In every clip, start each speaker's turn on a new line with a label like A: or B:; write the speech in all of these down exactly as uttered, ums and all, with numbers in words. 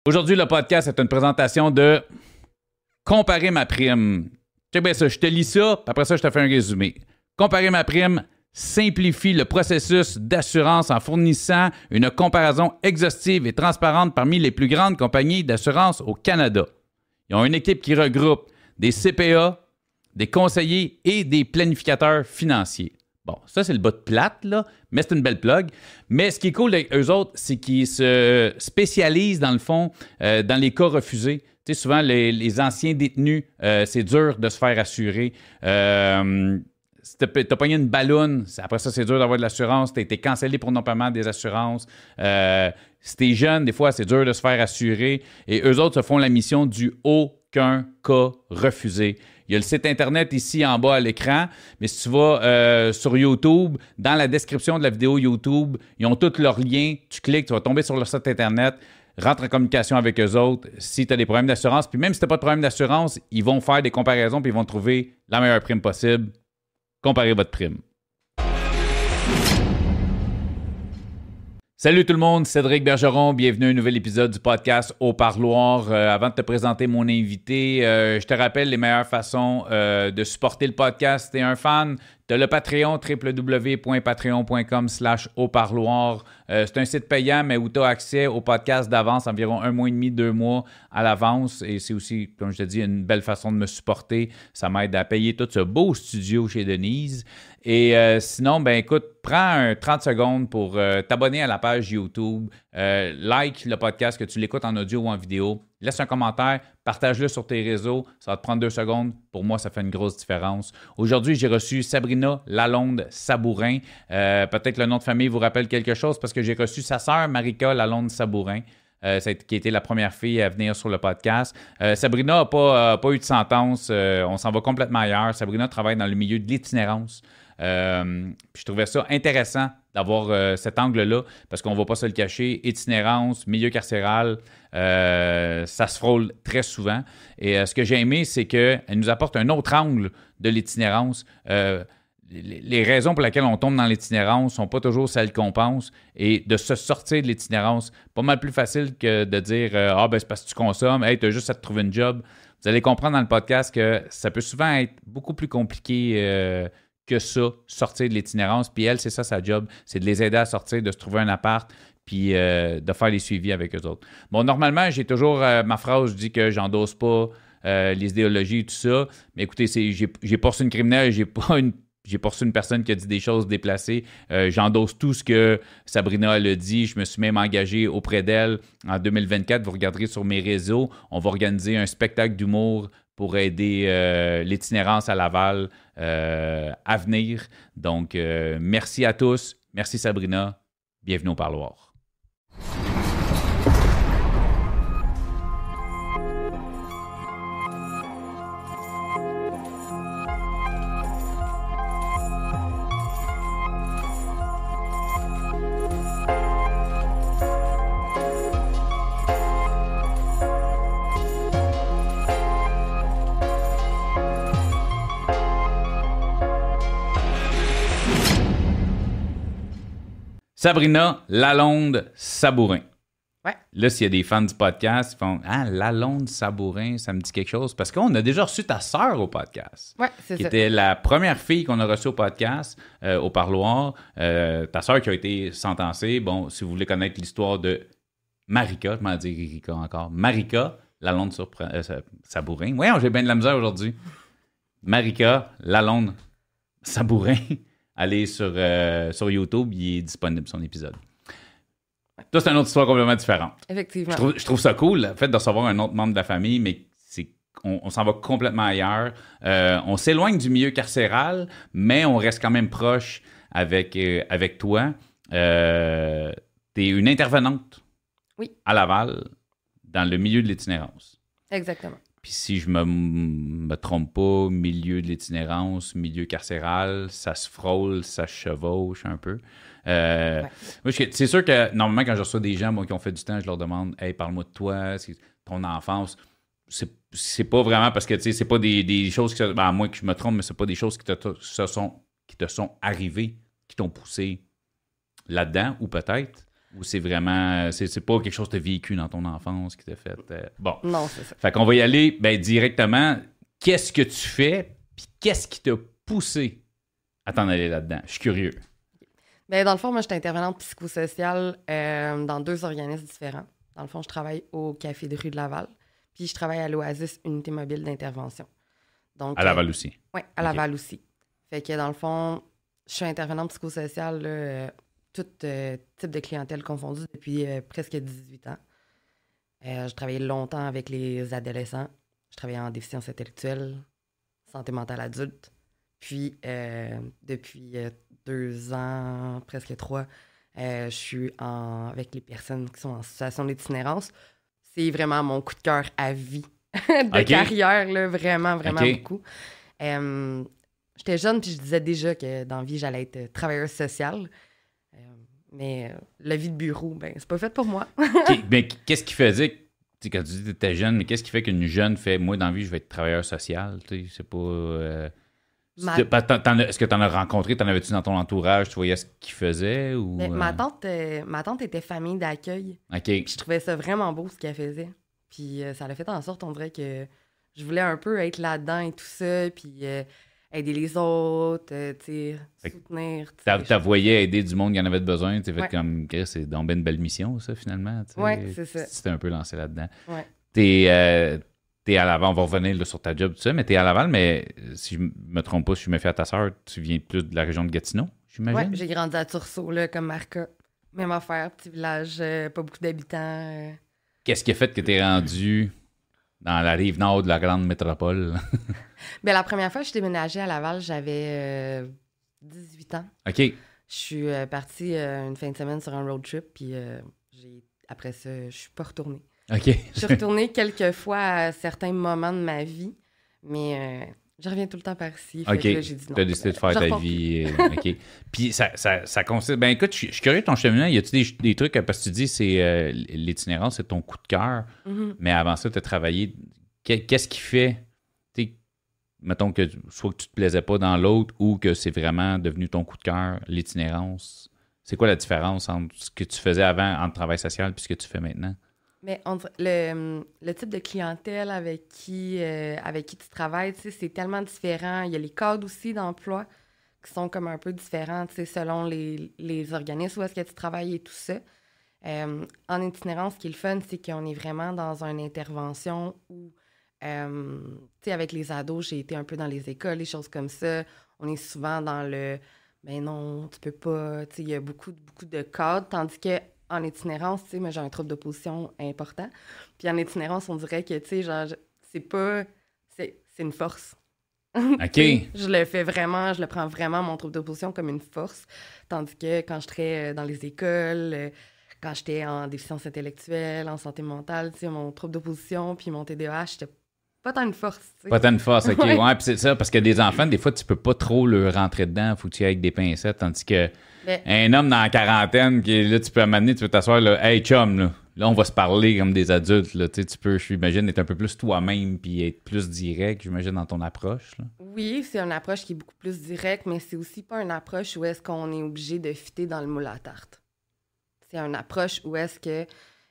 A: Aujourd'hui, le podcast est une présentation de Comparer ma prime. Check bien ça, je te lis ça, puis après ça, je te fais un résumé. Comparer ma prime simplifie le processus d'assurance en fournissant une comparaison exhaustive et transparente parmi les plus grandes compagnies d'assurance au Canada. Ils ont une équipe qui regroupe des C P A, des conseillers et des planificateurs financiers. Bon, ça, c'est le bas de plate, là, mais c'est une belle plug. Mais ce qui est cool avec eux autres, c'est qu'ils se spécialisent, dans le fond, euh, dans les cas refusés. Tu sais, souvent, les, les anciens détenus, euh, c'est dur de se faire assurer. Euh, si t'as, t'as pogné une balloune, après ça, c'est dur d'avoir de l'assurance. T'as été cancellé pour non-paiement des assurances. Euh, si t'es jeune, des fois, c'est dur de se faire assurer. Et eux autres se font la mission du aucun cas refusé. Il y a le site Internet ici en bas à l'écran, mais si tu vas euh, sur YouTube, dans la description de la vidéo YouTube, ils ont tous leurs liens. Tu cliques, tu vas tomber sur leur site Internet, rentre en communication avec eux autres si tu as des problèmes d'assurance. Puis même si tu n'as pas de problème d'assurance, ils vont faire des comparaisons puis ils vont trouver la meilleure prime possible. Comparez votre prime. Salut tout le monde, Cédric Bergeron, bienvenue à un nouvel épisode du podcast Au Parloir. Euh, avant de te présenter mon invité, euh, je te rappelle les meilleures façons euh, de supporter le podcast. Si tu es un fan, tu as le Patreon, w w w point patreon point com slash au parloir. Euh, c'est un site payant, mais où tu as accès au podcast d'avance, environ un mois et demi, deux mois à l'avance. Et c'est aussi, comme je te dis, une belle façon de me supporter. Ça m'aide à payer tout ce beau studio chez Denise. Et euh, sinon, ben écoute, prends un trente secondes pour euh, t'abonner à la page YouTube, euh, like le podcast, que tu l'écoutes en audio ou en vidéo, laisse un commentaire, partage-le sur tes réseaux, ça va te prendre deux secondes. Pour moi, ça fait une grosse différence. Aujourd'hui, j'ai reçu Sabrina Lalonde-Sabourin. Euh, peut-être le nom de famille vous rappelle quelque chose parce que j'ai reçu sa sœur Marika Lalonde-Sabourin. Euh, ça a été, qui a été la première fille à venir sur le podcast. Euh, Sabrina n'a pas, euh, pas eu de sentence. Euh, on s'en va complètement ailleurs. Sabrina travaille dans le milieu de l'itinérance. Euh, puis je trouvais ça intéressant d'avoir euh, cet angle-là parce qu'on ne va pas se le cacher. Itinérance, milieu carcéral, euh, ça se frôle très souvent. Et euh, ce que j'ai aimé, c'est qu'elle nous apporte un autre angle de l'itinérance. Euh, les, les raisons pour lesquelles on tombe dans l'itinérance ne sont pas toujours celles qu'on pense. Et de se sortir de l'itinérance, pas mal plus facile que de dire euh, « Ah, ben c'est parce que tu consommes, hey, tu as juste à te trouver une job ». Vous allez comprendre dans le podcast que ça peut souvent être beaucoup plus compliqué euh, que ça, sortir de l'itinérance. Puis elle, c'est ça sa job, c'est de les aider à sortir, de se trouver un appart, puis euh, de faire les suivis avec eux autres. Bon, normalement, j'ai toujours euh, ma phrase, je dis que j'endosse pas euh, les idéologies et tout ça, mais écoutez, c'est, j'ai, j'ai pas reçu une criminelle, j'ai pas une J'ai pas reçu une personne qui a dit des choses déplacées. Euh, j'endosse tout ce que Sabrina elle a dit. Je me suis même engagé auprès d'elle en deux mille vingt-quatre. Vous regarderez sur mes réseaux. On va organiser un spectacle d'humour pour aider euh, l'itinérance à Laval euh, à venir. Donc, euh, merci à tous. Merci Sabrina. Bienvenue au Parloir. Sabrina Lalonde-Sabourin.
B: Ouais.
A: Là, s'il y a des fans du podcast, ils font « Ah, Lalonde-Sabourin, ça me dit quelque chose. » Parce qu'on a déjà reçu ta sœur au podcast.
B: Ouais, c'est
A: qui
B: ça.
A: était la première fille qu'on a reçue au podcast, euh, au Parloir. Euh, ta sœur qui a été sentencée. Bon, si vous voulez connaître l'histoire de Marika, je m'en dis Rika encore. Marika Lalonde-Sabourin. Voyons, j'ai bien de la misère aujourd'hui. Marika Lalonde-Sabourin. Allez sur, euh, sur YouTube, il est disponible son épisode. Ça, c'est une autre histoire complètement différente.
B: Effectivement.
A: Je trouve, je trouve ça cool, le fait de recevoir un autre membre de la famille, mais c'est, on, on s'en va complètement ailleurs. Euh, on s'éloigne du milieu carcéral, mais on reste quand même proche avec, euh, avec toi. Euh, tu es une intervenante
B: oui.
A: à Laval dans le milieu de l'itinérance.
B: Exactement.
A: Puis si je me, me trompe pas, milieu de l'itinérance, milieu carcéral, ça se frôle, ça se chevauche un peu. Euh, ouais. Moi, je, c'est sûr que normalement, quand je reçois des gens bon, qui ont fait du temps, je leur demande « Hey, parle-moi de toi, c'est ton enfance. » C'est, c'est pas vraiment parce que tu sais, c'est pas des, des choses qui, ben, à moins que je me trompe, mais c'est pas des choses qui te, se sont, qui te sont arrivées, qui t'ont poussé là-dedans, ou peut-être. Ou c'est vraiment... C'est, c'est pas quelque chose que tu as vécu dans ton enfance qui t'a fait... Euh, bon.
B: Non, c'est ça.
A: Fait qu'on va y aller ben, directement. Qu'est-ce que tu fais? Puis qu'est-ce qui t'a poussé à t'en aller là-dedans? Je suis curieux.
B: Ben, dans le fond, moi, je suis intervenante psychosociale euh, dans deux organismes différents. Dans le fond, je travaille au Café de rue de Laval, puis je travaille à l'Oasis Unité mobile d'intervention. Donc,
A: à Laval aussi?
B: Euh, oui, à Laval okay. aussi. Fait que dans le fond, je suis intervenante psychosociale, là, euh, tout euh, type de clientèle confondue depuis euh, presque dix-huit ans. Euh, je travaillais longtemps avec les adolescents. Je travaillais en déficience intellectuelle, santé mentale adulte. Puis, euh, depuis euh, deux ans, presque trois, euh, je suis en, avec les personnes qui sont en situation d'itinérance. C'est vraiment mon coup de cœur à vie de okay. carrière, là, vraiment, vraiment okay. beaucoup. Euh, j'étais jeune, puis je disais déjà que dans la vie, j'allais être travailleuse sociale. Euh, mais euh, la vie de bureau, ben c'est pas fait pour moi.
A: okay. Ben, qu'est-ce qui faisait... T'sais, quand tu dis que tu étais jeune, mais qu'est-ce qui fait qu'une jeune fait « Moi, dans la vie, je vais être travailleur social », tu sais, c'est pas... Euh, Ma... Est-ce que tu en as rencontré? T'en avais-tu dans ton entourage? Tu voyais ce qu'ils faisaient? Ou...
B: Mais, ma, tante, euh, ma tante était famille d'accueil.
A: OK.
B: Puis je trouvais ça vraiment beau, ce qu'elle faisait. Puis euh, ça l'a fait en sorte, on dirait que je voulais un peu être là-dedans et tout ça, puis euh, aider les autres, euh, tu sais, soutenir.
A: Tu voyais aider du monde qui en avait besoin. Tu fait ouais. comme, c'est donc ben une belle mission, ça, finalement.
B: Oui, c'est ça.
A: Tu t'es un peu lancé là-dedans.
B: Ouais.
A: T'es... Euh, T'es à Laval, on va revenir là, sur ta job, tout ça, mais t'es à Laval, mais si je me trompe pas, si je me fie à ta sœur, tu viens plus de la région de Gatineau, j'imagine?
B: Oui, j'ai grandi à Tursault, là, comme Marca. Même affaire, petit village, euh, pas beaucoup d'habitants. Euh...
A: Qu'est-ce qui a fait que t'es rendu dans la rive nord de la grande métropole?
B: Bien, la première fois que je suis déménagée à Laval, j'avais euh, dix-huit ans.
A: OK.
B: Je suis euh, partie euh, une fin de semaine sur un road trip, puis euh, j'ai... après ça, je suis pas retournée.
A: OK.
B: Je suis retournée quelques fois à certains moments de ma vie, mais euh, je reviens tout le temps par ici.
A: OK. Tu as décidé de faire ta vie. Euh, OK. Puis ça, ça, ça consiste... Ben écoute, je suis, je suis curieux de ton cheminement. Y a-tu des, des trucs, parce que tu dis c'est euh, l'itinérance, c'est ton coup de cœur, mm-hmm. mais avant ça, tu as travaillé. Qu'est-ce qui fait, tu mettons que soit que tu te plaisais pas dans l'autre ou que c'est vraiment devenu ton coup de cœur, l'itinérance? C'est quoi la différence entre ce que tu faisais avant en travail social et ce que tu fais maintenant?
B: Mais on, le, le type de clientèle avec qui, euh, avec qui tu travailles, c'est tellement différent. Il y a les codes aussi d'emploi qui sont comme un peu différents selon les, les organismes où est-ce que tu travailles et tout ça. Euh, en itinérance, ce qui est le fun, c'est qu'on est vraiment dans une intervention où, euh, tu sais, avec les ados, j'ai été un peu dans les écoles, les choses comme ça. On est souvent dans le « ben non, tu peux pas », tu sais, il y a beaucoup, beaucoup de cadres, tandis que en itinérance, tu sais, moi, j'ai un trouble d'opposition important. Puis en itinérance, on dirait que, tu sais, genre, c'est pas... C'est, c'est une force.
A: OK.
B: Je le fais vraiment, je le prends vraiment, mon trouble d'opposition, comme une force. Tandis que quand je serais dans les écoles, quand j'étais en déficience intellectuelle, en santé mentale, tu sais, mon trouble d'opposition puis mon T D A H, c'était pas tant une force. T'sais.
A: Pas tant une force, OK. Ouais, ouais puis c'est ça, parce que des enfants, des fois, tu peux pas trop le rentrer dedans. Faut que tu y ailles avec des pincettes, tandis que mais... un homme dans la quarantaine, qui, là, tu peux amener, tu peux t'asseoir, là, « Hey, chum, là, là, on va se parler comme des adultes. » Là, tu peux, j'imagine, être un peu plus toi-même puis être plus direct, j'imagine, dans ton approche. Là.
B: Oui, c'est une approche qui est beaucoup plus directe, mais c'est aussi pas une approche où est-ce qu'on est obligé de fitter dans le moule à tarte. C'est une approche où est-ce que...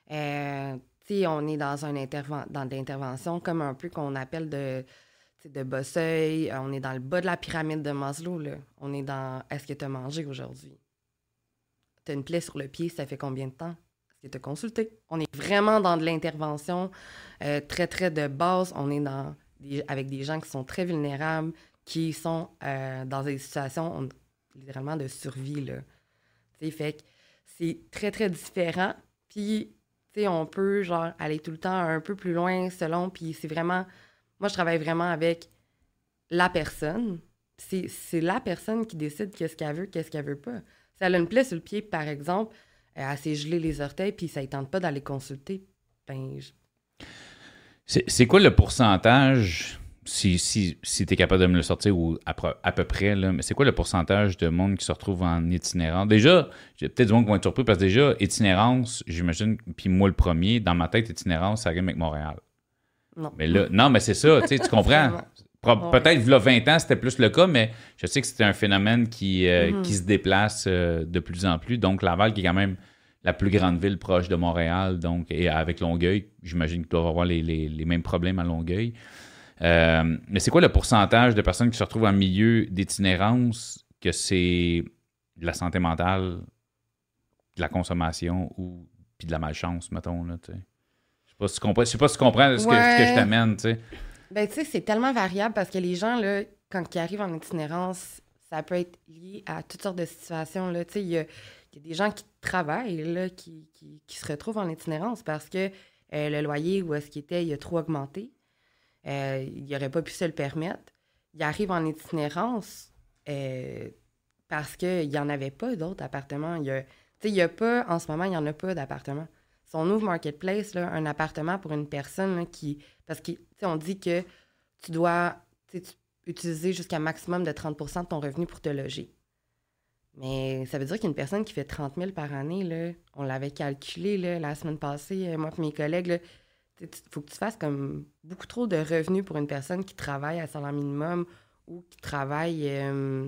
B: Euh, on est dans un interven- dans des interventions comme un peu qu'on appelle de, de bas-seuil. On est dans le bas de la pyramide de Maslow. Là. On est dans « Est-ce que tu as mangé aujourd'hui? Tu as une plaie sur le pied, ça fait combien de temps? Est-ce que tu as consulté? » On est vraiment dans de l'intervention euh, très, très de base. On est dans des, avec des gens qui sont très vulnérables, qui sont euh, dans des situations on, littéralement de survie. Là. Fait que c'est très, très différent. Puis... Tu sais, on peut, genre, aller tout le temps un peu plus loin selon, puis c'est vraiment... Moi, je travaille vraiment avec la personne. C'est, c'est la personne qui décide qu'est-ce qu'elle veut, qu'est-ce qu'elle veut pas. Si elle a une plaie sur le pied, par exemple, elle s'est gelée les orteils, puis ça ne tente pas d'aller consulter, ben... Je...
A: C'est, c'est quoi le pourcentage, si, si, si tu es capable de me le sortir, ou à, à peu près, là, mais c'est quoi le pourcentage de monde qui se retrouve en itinérance? Déjà, j'ai peut-être du monde qui vont être surpris, parce que déjà, itinérance, j'imagine, puis moi le premier, dans ma tête, itinérance, ça rime avec Montréal.
B: Non.
A: Mais là, non, mais c'est ça, tu sais, tu comprends? Pro- peut-être, il y a vingt ans, c'était plus le cas, mais je sais que c'était un phénomène qui, euh, mm-hmm. qui se déplace euh, de plus en plus. Donc, Laval, qui est quand même la plus grande ville proche de Montréal, donc, et avec Longueuil. J'imagine qu'ils doivent avoir les, les, les mêmes problèmes à Longueuil. Euh, mais c'est quoi le pourcentage de personnes qui se retrouvent en milieu d'itinérance que c'est de la santé mentale, de la consommation ou puis de la malchance, mettons, là, tu sais? Je sais pas si tu comprends, je sais pas si tu comprends ce,
B: Ouais.
A: que, ce que je t'amène, tu sais.
B: Ben, tu sais, c'est tellement variable parce que les gens, là, quand ils arrivent en itinérance, ça peut être lié à toutes sortes de situations, là. Tu sais, il y a, y a des gens qui travaillent, là, qui, qui, qui se retrouvent en itinérance parce que euh, le loyer, où est-ce qu'il était, il a trop augmenté. Euh, il n'aurait pas pu se le permettre. Il arrive en itinérance euh, parce qu'il n'y en avait pas d'autres appartements. Il y a, tu sais, il y a pas, en ce moment, il n'y en a pas d'appartements. Si on ouvre Marketplace, là, un appartement pour une personne là, qui... Parce que, tu sais, on dit que tu dois tu sais, tu, utiliser jusqu'à un maximum de trente pour cent de ton revenu pour te loger. Mais ça veut dire qu'une personne qui fait trente mille par année, là, on l'avait calculé là, la semaine passée, moi et mes collègues, il faut que tu fasses comme beaucoup trop de revenus pour une personne qui travaille à salaire minimum ou qui travaille... Euh,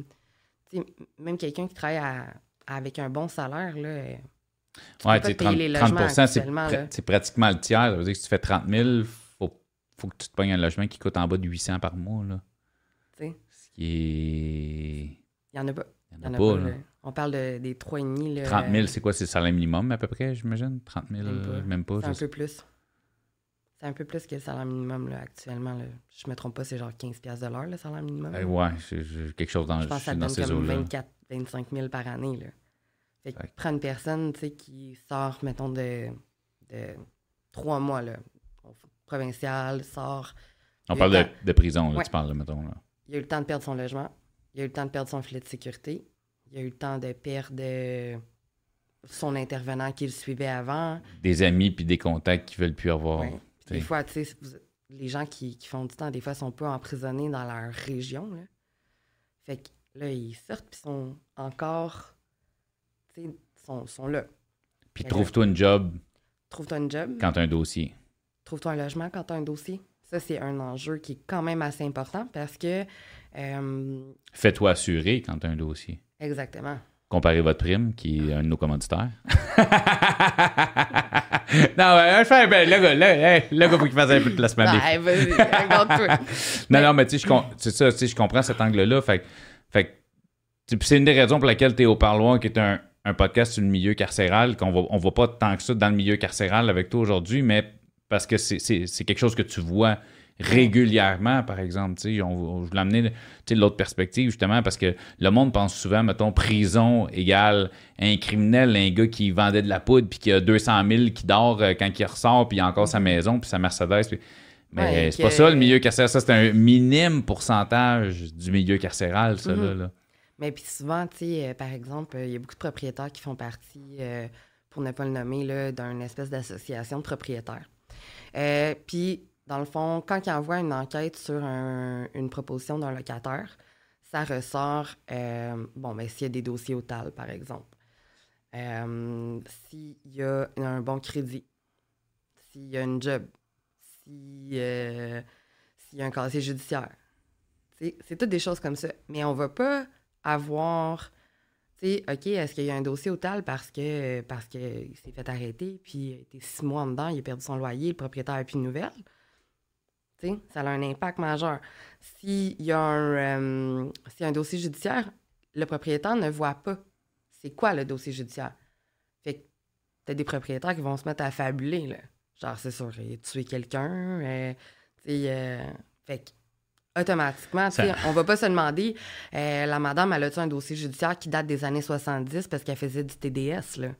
B: même quelqu'un qui travaille à, à, avec un bon salaire, là, tu
A: ouais,
B: peux pas
A: trente,
B: payer les logements
A: trente pour cent, c'est,
B: actuellement,
A: pr- c'est pratiquement le tiers. Ça veut dire que si tu fais trente mille, il faut, faut que tu te pognes un logement qui coûte en bas de huit cents par mois. Là.
B: T'sais.
A: Ce qui est...
B: Il n'y en a pas.
A: Il
B: n'y
A: n'y
B: en
A: en
B: a
A: a pas.
B: pas
A: Là.
B: On parle de, des trois virgule cinq.
A: trente mille, c'est quoi? C'est le salaire minimum à peu près, j'imagine? trente mille,
B: Même pas.
A: même pas.
B: C'est un
A: sais.
B: peu plus. C'est un peu plus que le salaire minimum là, actuellement. Là. Je me trompe pas, c'est genre quinze piastres de l'heure, le salaire minimum.
A: Euh, ouais, c'est, c'est quelque chose dans,
B: je pense que ça
A: dans
B: donne
A: ces
B: comme
A: eaux-là.
B: vingt-quatre à vingt-cinq mille par année. Là. Fait que
A: ouais.
B: prends une personne qui sort, mettons, de, de trois mois, là, provincial, sort...
A: On parle de, de prison, là,
B: ouais.
A: tu parles, là, mettons. Là.
B: Il a eu le temps de perdre son logement. Il a eu le temps de perdre son filet de sécurité. Il a eu le temps de perdre euh, son intervenant qui le suivait avant.
A: Des amis puis des contacts qu'ils veulent plus avoir.
B: Ouais. Des fois, tu sais, les gens qui, qui font du temps, des fois, sont pas emprisonnés dans leur région. Là. Fait que là, ils sortent puis sont encore... Tu sais, sont, sont là.
A: Puis trouve-toi une job.
B: Trouve-toi un job.
A: Quand tu as un dossier.
B: Trouve-toi un logement quand tu as un dossier. Ça, c'est un enjeu qui est quand même assez important parce que... Euh...
A: Fais-toi assurer quand tu as un dossier.
B: Exactement.
A: Comparez votre prime, qui est un de nos commanditaires. non, ouais, je fais ben, le gars, le, le gars, faut qu'il fasse un peu de placement.
B: Ben, vas-y, regarde-toi.
A: non, mais... non, mais tu sais, c'est ça, tu sais, je comprends cet angle-là. Fait, fait c'est une des raisons pour laquelle tu es au Parloir, qui est un, un podcast sur le milieu carcéral, qu'on va, on va pas tant que ça dans le milieu carcéral avec toi aujourd'hui, mais parce que c'est, c'est, c'est quelque chose que tu vois régulièrement, par exemple. Tu sais, on, on, je voulais amener tu sais, l'autre perspective, justement, parce que le monde pense souvent, mettons, prison égale un criminel, un gars qui vendait de la poudre puis qui a deux cent mille qui dort quand il ressort puis il a encore sa maison puis sa Mercedes. Puis... Mais ouais, c'est que... pas ça, le milieu carcéral. Ça, c'est un minime pourcentage du milieu carcéral, ça, mm-hmm. là, là.
B: Mais puis souvent, tu sais, euh, par exemple, il euh, y a beaucoup de propriétaires qui font partie, euh, pour ne pas le nommer, là, d'une espèce d'association de propriétaires. Euh, puis, dans le fond, quand ils envoient une enquête sur un, une proposition d'un locataire, ça ressort, euh, bon, ben s'il y a des dossiers au T A L, par exemple, euh, s'il y a un bon crédit, s'il y a une job, si, euh, s'il y a un casier judiciaire. T'sais, c'est toutes des choses comme ça. Mais on va pas avoir... Tu sais, OK, est-ce qu'il y a un dossier au T A L parce que parce qu'il s'est fait arrêter, puis il a été six mois en dedans, il a perdu son loyer, le propriétaire n'a plus de nouvelles? Tu sais, ça a un impact majeur. S'il y a un, euh, s'il y a un dossier judiciaire, le propriétaire ne voit pas c'est quoi le dossier judiciaire. Fait que t'as des propriétaires qui vont se mettre à fabuler, là. Genre, c'est sûr, il a tué quelqu'un, euh, tu sais, euh, fait que automatiquement, tu sais, on va pas se demander, euh, la madame, elle a-tu un dossier judiciaire qui date des années soixante-dix parce qu'elle faisait du T D S, là?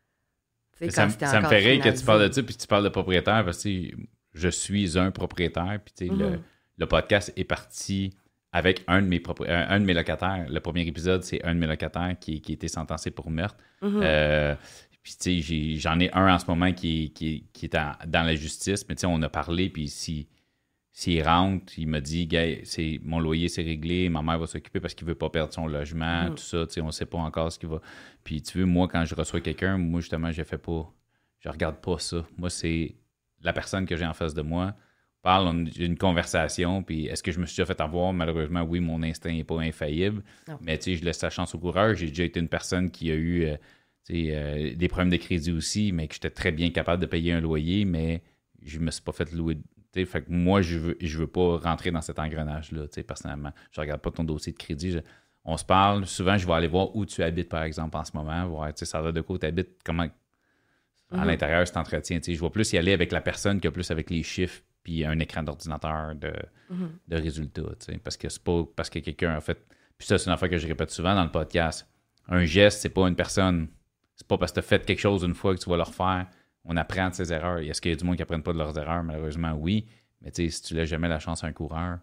A: Ça, ça me fait rire que tu parles de ça, puis tu parles de propriétaire, parce que je suis un propriétaire, puis tu sais, mm-hmm. le, le podcast est parti avec un de mes propri- un, un de mes locataires. Le premier épisode, c'est un de mes locataires qui, qui a été sentencé pour meurtre. Mm-hmm. Euh, puis tu sais, j'ai, j'en ai un en ce moment qui, qui, qui est en, dans la justice, mais tu sais, on a parlé, puis si... S'il rentre, il m'a dit, gars, c'est, mon loyer, c'est réglé, ma mère va s'occuper parce qu'il veut pas perdre son logement, mm. tout ça, tu sais, on sait pas encore ce qu'il va. Puis, tu veux, moi, quand je reçois quelqu'un, moi, justement, je fais pas, je regarde pas ça. Moi, c'est la personne que j'ai en face de moi. On parle, on a une conversation, puis est-ce que je me suis déjà fait avoir? Malheureusement, oui, mon instinct n'est pas infaillible, non. Mais tu sais, je laisse la chance au coureur. J'ai déjà été une personne qui a eu, euh, tu euh, des problèmes de crédit aussi, mais que j'étais très bien capable de payer un loyer, mais je me suis pas fait louer. T'sais, fait que moi, je veux, je veux pas rentrer dans cet engrenage-là, personnellement. Je regarde pas ton dossier de crédit. Je, on se parle. Souvent, je vais aller voir où tu habites, par exemple, en ce moment. Voir, ça va de quoi tu habites, comment à mm-hmm. l'intérieur cet entretien. Je vais plus y aller avec la personne que plus avec les chiffres puis un écran d'ordinateur de, mm-hmm. de résultats. Parce que c'est pas parce que quelqu'un a fait. Puis ça, c'est une affaire que je répète souvent dans le podcast. Un geste, c'est pas une personne. C'est pas parce que tu as fait quelque chose une fois que tu vas le refaire. On apprend de ses erreurs. Est-ce qu'il y a du monde qui n'apprenne pas de leurs erreurs? Malheureusement, oui. Mais tu sais, si tu laisses jamais la chance à un coureur,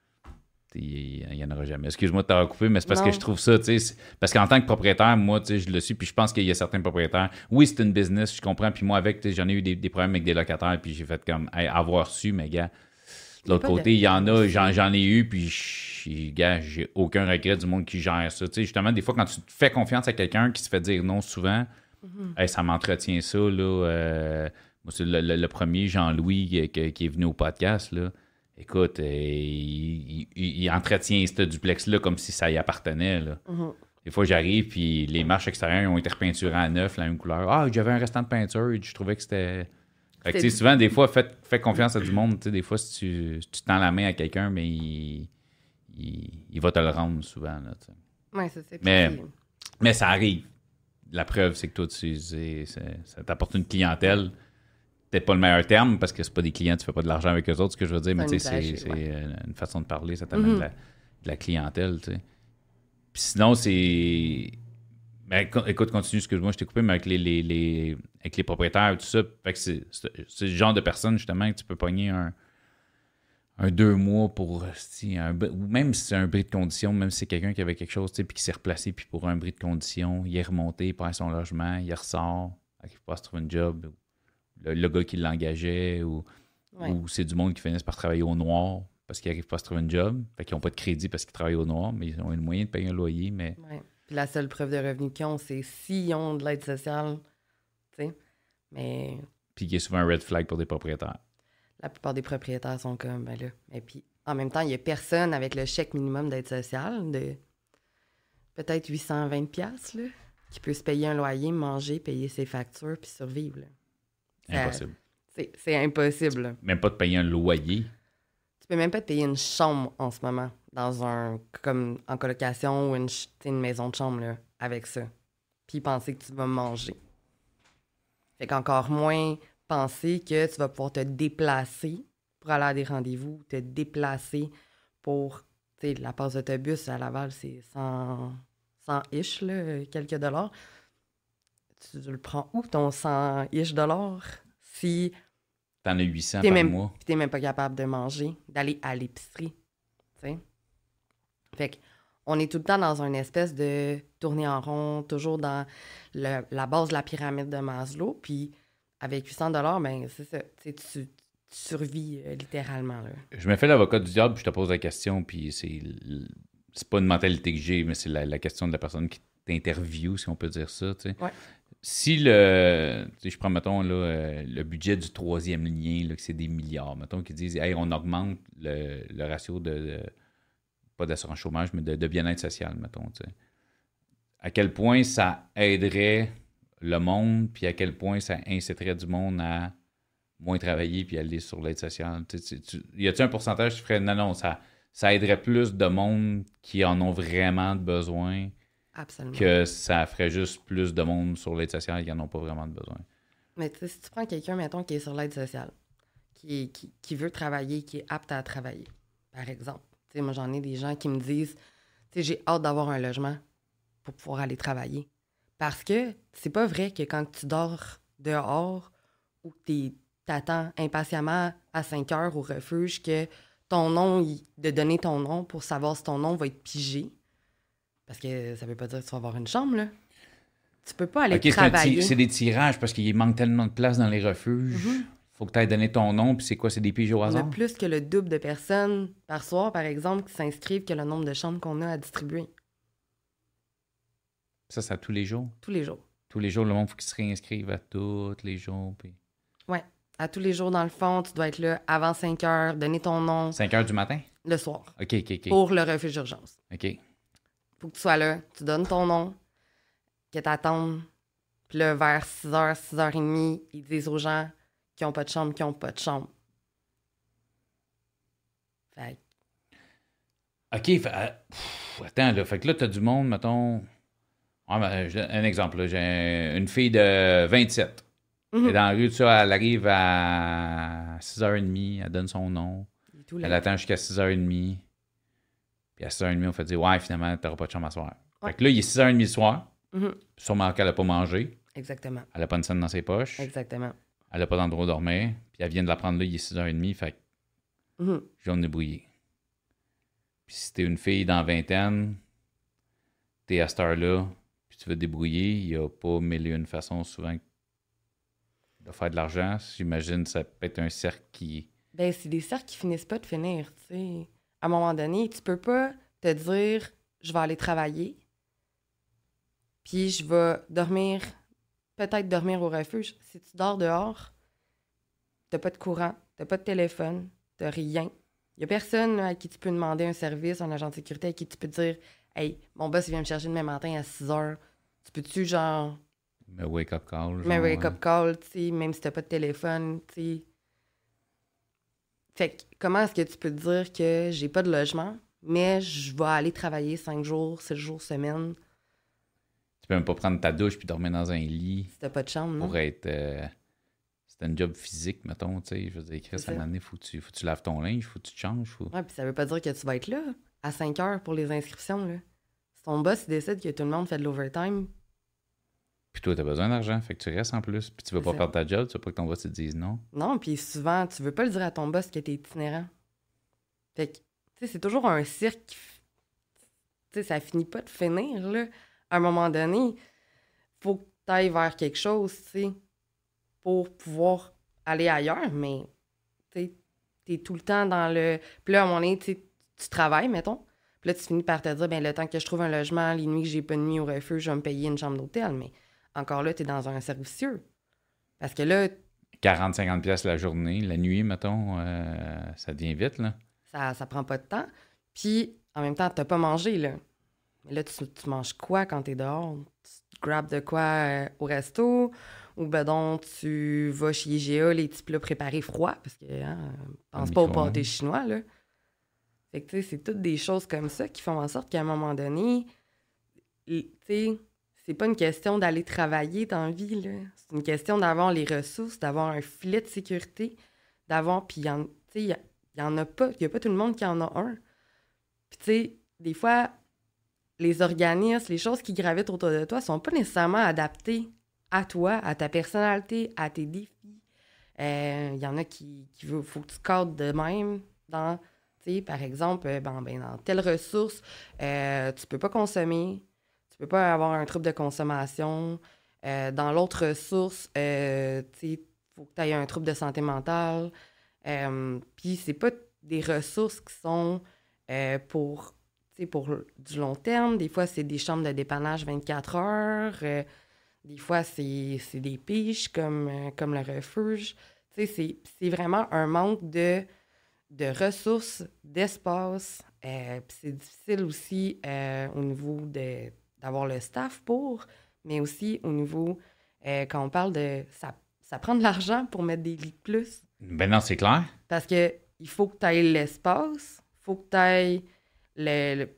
A: il n'y en aura jamais. Excuse-moi de t'avoir coupé, mais c'est parce non. que je trouve ça, tu sais, parce qu'en tant que propriétaire, moi, tu sais, je le suis, puis je pense qu'il y a certains propriétaires. Oui, c'est une business, je comprends. Puis moi, avec, tu sais, j'en ai eu des, des problèmes avec des locataires, puis j'ai fait comme hey, avoir su, mais gars, de l'autre côté, il y en a, j'en, j'en ai eu, puis je, gars, j'ai aucun regret du monde qui gère ça. Tu sais, justement, des fois, quand tu fais confiance à quelqu'un qui se fait dire non souvent, mm-hmm. hey, ça m'entretient ça, là. Euh, moi, c'est le, le, le premier, Jean-Louis, qui, qui est venu au podcast, là. Écoute, euh, il, il, il entretient ce duplex-là comme si ça y appartenait, là. Mm-hmm. Des fois, j'arrive, puis les marches extérieures ont été repeinturées à neuf, la même couleur. Ah, j'avais un restant de peinture, et je trouvais que c'était... Fait que, tu sais, souvent, des fois, fais, fais confiance à du monde. Tu sais, des fois, si tu, si tu tends la main à quelqu'un, mais il, il, il va te le rendre souvent, là, tu sais.
B: Oui, c'est ça.
A: Mais, mais ça arrive. La preuve, c'est que toi, tu, c'est, c'est, ça t'apporte une clientèle. Peut-être pas le meilleur terme, parce que c'est pas des clients, tu fais pas de l'argent avec eux autres, ce que je veux dire, mais tu sais, c'est, c'est ouais. une façon de parler, ça t'amène mm-hmm. de, la, de la clientèle, tu sais. Puis sinon, c'est... Ben, écoute, continue, excuse-moi, je t'ai coupé, mais avec les, les, les, avec les propriétaires et tout ça, fait que c'est, c'est, c'est le genre de personne, justement, que tu peux pogner un, un deux mois pour, si, un, ou même si c'est un bris de condition, même si c'est quelqu'un qui avait quelque chose, tu sais, puis qui s'est replacé, puis pour un bris de condition, il est remonté, il perd son logement, il ressort, il va se trouver un job, le, le gars qui l'engageait, ou, ouais. ou c'est du monde qui finissent par travailler au noir, parce qu'ils n'arrivent pas à se trouver un job, fait qu'ils n'ont pas de crédit parce qu'ils travaillent au noir, mais ils ont le moyen de payer un loyer, mais...
B: Ouais. Puis la seule preuve de revenus qu'ils ont, c'est s'ils ont de l'aide sociale, tu sais, mais...
A: Puis il y a souvent un red flag pour des propriétaires.
B: La plupart des propriétaires sont comme, ben là... Et puis, en même temps, il n'y a personne avec le chèque minimum d'aide sociale de peut-être huit cent vingt dollars, là, qui peut se payer un loyer, manger, payer ses factures, puis survivre, là. Ça,
A: impossible.
B: C'est, c'est impossible, là.
A: Même pas de payer un loyer.
B: Tu peux même pas te payer une chambre en ce moment. Dans un, comme en colocation ou une, une maison de chambre, là, avec ça. Puis penser que tu vas manger. Fait qu'encore moins penser que tu vas pouvoir te déplacer pour aller à des rendez-vous, te déplacer pour, tu sais, la passe d'autobus à Laval, c'est cent, cent ish, là, quelques dollars. Tu, tu le prends où, ton cent ish dollars, si...
A: T'en as huit cents par
B: même,
A: mois.
B: Puis t'es même pas capable de manger, d'aller à l'épicerie, tu sais. Fait qu'on est tout le temps dans une espèce de tournée en rond, toujours dans le, la base de la pyramide de Maslow. Puis avec huit cents dollars, ben c'est ça. Tu, tu survis euh, littéralement. Là.
A: Je me fais l'avocat du diable, puis je te pose la question, puis c'est, c'est pas une mentalité que j'ai, mais c'est la, la question de la personne qui t'interviewe, si on peut dire ça. Tu sais.
B: Ouais.
A: Si le, tu sais, je prends, mettons, là, euh, le budget du troisième lien, là, que c'est des milliards, mettons, qui disent, hey, on augmente le, le ratio de... de pas d'assurance chômage, mais de, de bien-être social, mettons. T'sais. À quel point ça aiderait le monde, puis à quel point ça inciterait du monde à moins travailler puis aller sur l'aide sociale. Tu, tu, y a-t-il un pourcentage qui ferait non, non, ça, ça aiderait plus de monde qui en ont vraiment besoin.
B: Absolument.
A: Que ça ferait juste plus de monde sur l'aide sociale qui n'en ont pas vraiment de besoin.
B: Mais tu sais, si tu prends quelqu'un, mettons, qui est sur l'aide sociale, qui, qui, qui veut travailler, qui est apte à travailler, par exemple. Tu sais, moi, j'en ai des gens qui me disent, tu sais, j'ai hâte d'avoir un logement pour pouvoir aller travailler. Parce que c'est pas vrai que quand tu dors dehors ou que tu t'attends impatiemment à cinq heures au refuge que ton nom, de donner ton nom pour savoir si ton nom va être pigé. Parce que ça veut pas dire que tu vas avoir une chambre, là. Tu peux pas aller
A: okay,
B: travailler.
A: C'est, c'est des tirages parce qu'il manque tellement de place dans les refuges.
B: Mm-hmm.
A: Faut que tu ailles donner ton nom, puis c'est quoi? C'est des piges au hasard?
B: On a plus que le double de personnes par soir, par exemple, qui s'inscrivent que le nombre de chambres qu'on a à distribuer.
A: Ça, c'est à tous les jours?
B: Tous les jours.
A: Tous les jours, le monde, faut qu'il se réinscrive à tous les jours. Puis...
B: Oui. À tous les jours, dans le fond, tu dois être là avant cinq heures, donner ton nom.
A: cinq heures du matin?
B: Le soir.
A: OK, OK, OK.
B: Pour le refuge d'urgence.
A: OK.
B: Faut que tu sois là, tu donnes ton nom, que tu attendes Puis là, vers six heures, six heures trente, ils disent aux gens qui n'ont pas de chambre, qui n'ont pas de chambre. Fait
A: OK, fait, euh, pff, attends, là, fait que là, t'as du monde, mettons... Ah, ben, j'ai un exemple, là, j'ai une fille de vingt-sept. Elle est dans la rue, ça, elle arrive à six heures trente, elle donne son nom.
B: tout
A: Elle attend jusqu'à six heures trente. Puis à six heures trente, on fait dire « Ouais, finalement, t'auras pas de chambre à soir.
B: Ouais.
A: Fait que là, il est six heures trente le soir.
B: Mm-hmm.
A: Sûrement qu'elle n'a pas mangé.
B: Exactement.
A: Elle n'a pas une scène dans ses poches.
B: Exactement.
A: Elle n'a pas d'endroit où dormir. Puis elle vient de la prendre là, il est six heures trente. Fait que
B: Mm-hmm.
A: je vais me débrouiller. Puis si t'es une fille dans la vingtaine, t'es à cette heure-là, puis tu veux te débrouiller, il n'y a pas mille et une façons souvent de faire de l'argent. J'imagine que ça peut être un cercle qui...
B: Ben, c'est des cercles qui finissent pas de finir, tu sais. À un moment donné, tu peux pas te dire « Je vais aller travailler, puis je vais dormir, peut-être dormir au refuge. » Si tu dors dehors, t'as pas de courant, t'as pas de téléphone, t'as rien. Il y a personne là, à qui tu peux demander un service, un agent de sécurité à qui tu peux dire « Hey, mon boss il vient me chercher demain matin à six heures. Tu peux-tu, genre... »
A: Me wake-up call.
B: Me
A: genre,
B: wake-up
A: ouais.
B: call, tu sais, même si t'as pas de téléphone, tu sais. Fait que comment est-ce que tu peux te dire que j'ai pas de logement, mais je vais aller travailler cinq jours, sept jours semaine
A: Tu peux même pas prendre ta douche puis dormir dans un lit
B: si t'as pas de chambre, non?
A: pour être... Euh, c'est un job physique, mettons, tu sais. Je veux dire, Chris,
B: C'est
A: à un
B: ça.
A: moment donné, faut que tu, faut que tu laves ton linge, faut que tu te changes. Faut...
B: Ouais, puis ça veut pas dire que tu vas être là à cinq heures pour les inscriptions, là. Si ton boss il décide que tout le monde fait de l'overtime,
A: Puis toi, t'as besoin d'argent, fait que tu restes en plus. Puis tu veux
B: C'est
A: pas
B: ça.
A: perdre ta job, tu veux pas que ton boss te dise non.
B: non, puis souvent, tu veux pas le dire à ton boss que t'es itinérant. Fait que, tu sais, c'est toujours un cirque qui... f- Tu sais, ça finit pas de finir, là. À un moment donné, faut que t'ailles vers quelque chose, tu sais, pour pouvoir aller ailleurs, mais, tu sais, t'es tout le temps dans le... Puis là, à un moment donné, tu sais, tu travailles, mettons, puis là, tu finis par te dire, ben le temps que je trouve un logement, les nuits que j'ai pas de nuit au refuge, je vais me payer une chambre d'hôtel, mais encore là, t'es dans un cercle vicieux. Parce que là,
A: quarante à cinquante piastres la journée, la nuit, mettons, euh, ça devient vite, là.
B: ça, ça prend pas de temps. Puis, en même temps, t'as pas mangé, là. Mais là, tu, tu manges quoi quand t'es dehors? Tu grabes de quoi euh, au resto? Ou ben donc, tu vas chez I G A, les petits plats préparés froids, parce que, hein, pense
A: Au
B: pas au
A: micro-ondes.
B: pâté chinois, là. Fait que, tu sais, c'est toutes des choses comme ça qui font en sorte qu'à un moment donné, tu sais, c'est pas une question d'aller travailler dans la vie, là. C'est une question d'avoir les ressources, d'avoir un filet de sécurité, d'avoir... Puis, il y en, tu sais, il y, a- il y en a pas. Il y a pas tout le monde qui en a un. Puis, tu sais, des fois, les organismes, les choses qui gravitent autour de toi sont pas nécessairement adaptées à toi, à ta personnalité, à tes défis. Euh, Il y en a qui, qui veulent... Faut que tu cadres de même dans... Tu sais, par exemple, euh, ben, ben, dans telle ressource, euh, tu peux pas consommer, tu peux pas avoir un trouble de consommation. Euh, dans l'autre ressource, euh, tu sais, faut que tu aies un trouble de santé mentale. Euh, Puis c'est pas des ressources qui sont euh, pour, tu sais, pour du long terme. Des fois, c'est des chambres de dépannage vingt-quatre heures. Euh, des fois, c'est c'est des piches comme, euh, comme le refuge. Tu sais, c'est c'est vraiment un manque de de ressources, d'espace. Euh, puis c'est difficile aussi euh, au niveau de, d'avoir le staff pour, mais aussi au niveau, euh, quand on parle de... Ça, ça prend de l'argent pour mettre des lits de plus.
A: Ben non, c'est clair.
B: Parce que il faut que tu aies l'espace, il faut que tu aies le, le-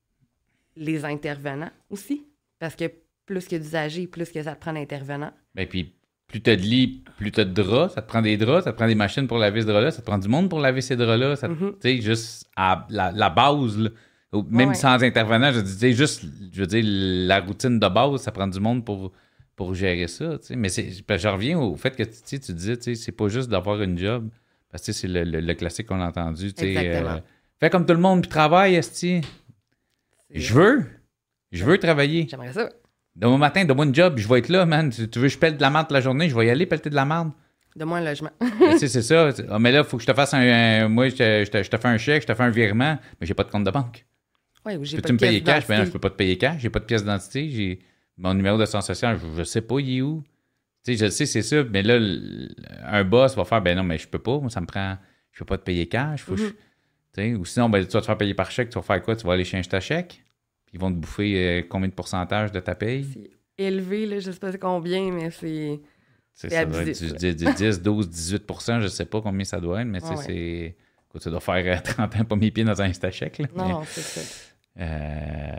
B: les intervenants aussi. Parce que plus que d'usagers, plus que ça te prend d'intervenants.
A: Ben puis, plus t'as de lits, plus t'as de draps, ça te prend des draps, ça te prend des machines pour laver ce drap-là, ça te prend du monde pour laver ces draps-là. Ça te-
B: Mhm.
A: Tu sais, juste à la, la base, là, ou même
B: Ouais.
A: sans intervenant, je dis, tu sais, juste, je veux dire, la routine de base, ça prend du monde pour, pour gérer ça, tu sais. Mais c'est, ben, je reviens au fait que, tu sais, tu disais, tu sais, c'est pas juste d'avoir une job, parce que tu sais, c'est le, le- le classique qu'on a entendu, tu sais.
B: Exactement.
A: euh, fais comme tout le monde, puis travaille, esti.
B: C'est-
A: Je veux, je veux travailler.
B: J'aimerais ça.
A: Demain matin, donne-moi une job, je vais être là, man. Tu, tu veux que je pèle de la merde toute la journée, je vais y aller pelleter de la merde.
B: De moins un logement.
A: Tu sais, c'est ça. Ah, mais là, il faut que je te fasse un. un- moi, je te, je, te, je te fais un chèque, je te fais un virement, mais j'ai pas de compte de banque.
B: Ouais, ou j'ai
A: Peux-tu
B: pas de
A: me payer
B: pièce
A: cash? Ben non, je
B: d'identité.
A: peux pas te payer cash, j'ai pas de pièce d'identité, j'ai mon numéro de d'assurance sociale, je, je sais pas, il est où. Tu sais, je le sais, c'est ça, mais là, le- un boss va faire, ben non, mais je peux pas, moi, ça me prend. Je peux pas te payer cash, faut que je-
B: Mhm.
A: tu sais, ou sinon, ben, tu vas te faire payer par chèque, tu vas faire quoi? Tu vas aller changer ta chèque, puis ils vont te bouffer euh, combien de pourcentage de ta paye?
B: C'est élevé, là, je sais pas combien, mais c'est...
A: C'est,
B: c'est
A: ça doit
B: abusif,
A: être du, du dix, douze, dix-huit pour cent, je sais pas combien ça doit être, mais
B: Ah ouais.
A: c'est... Écoute, ça doit faire euh, trente ans, pas mes pieds dans un Instacheck. Là,
B: Non,
A: mais,
B: non, c'est ça.
A: euh...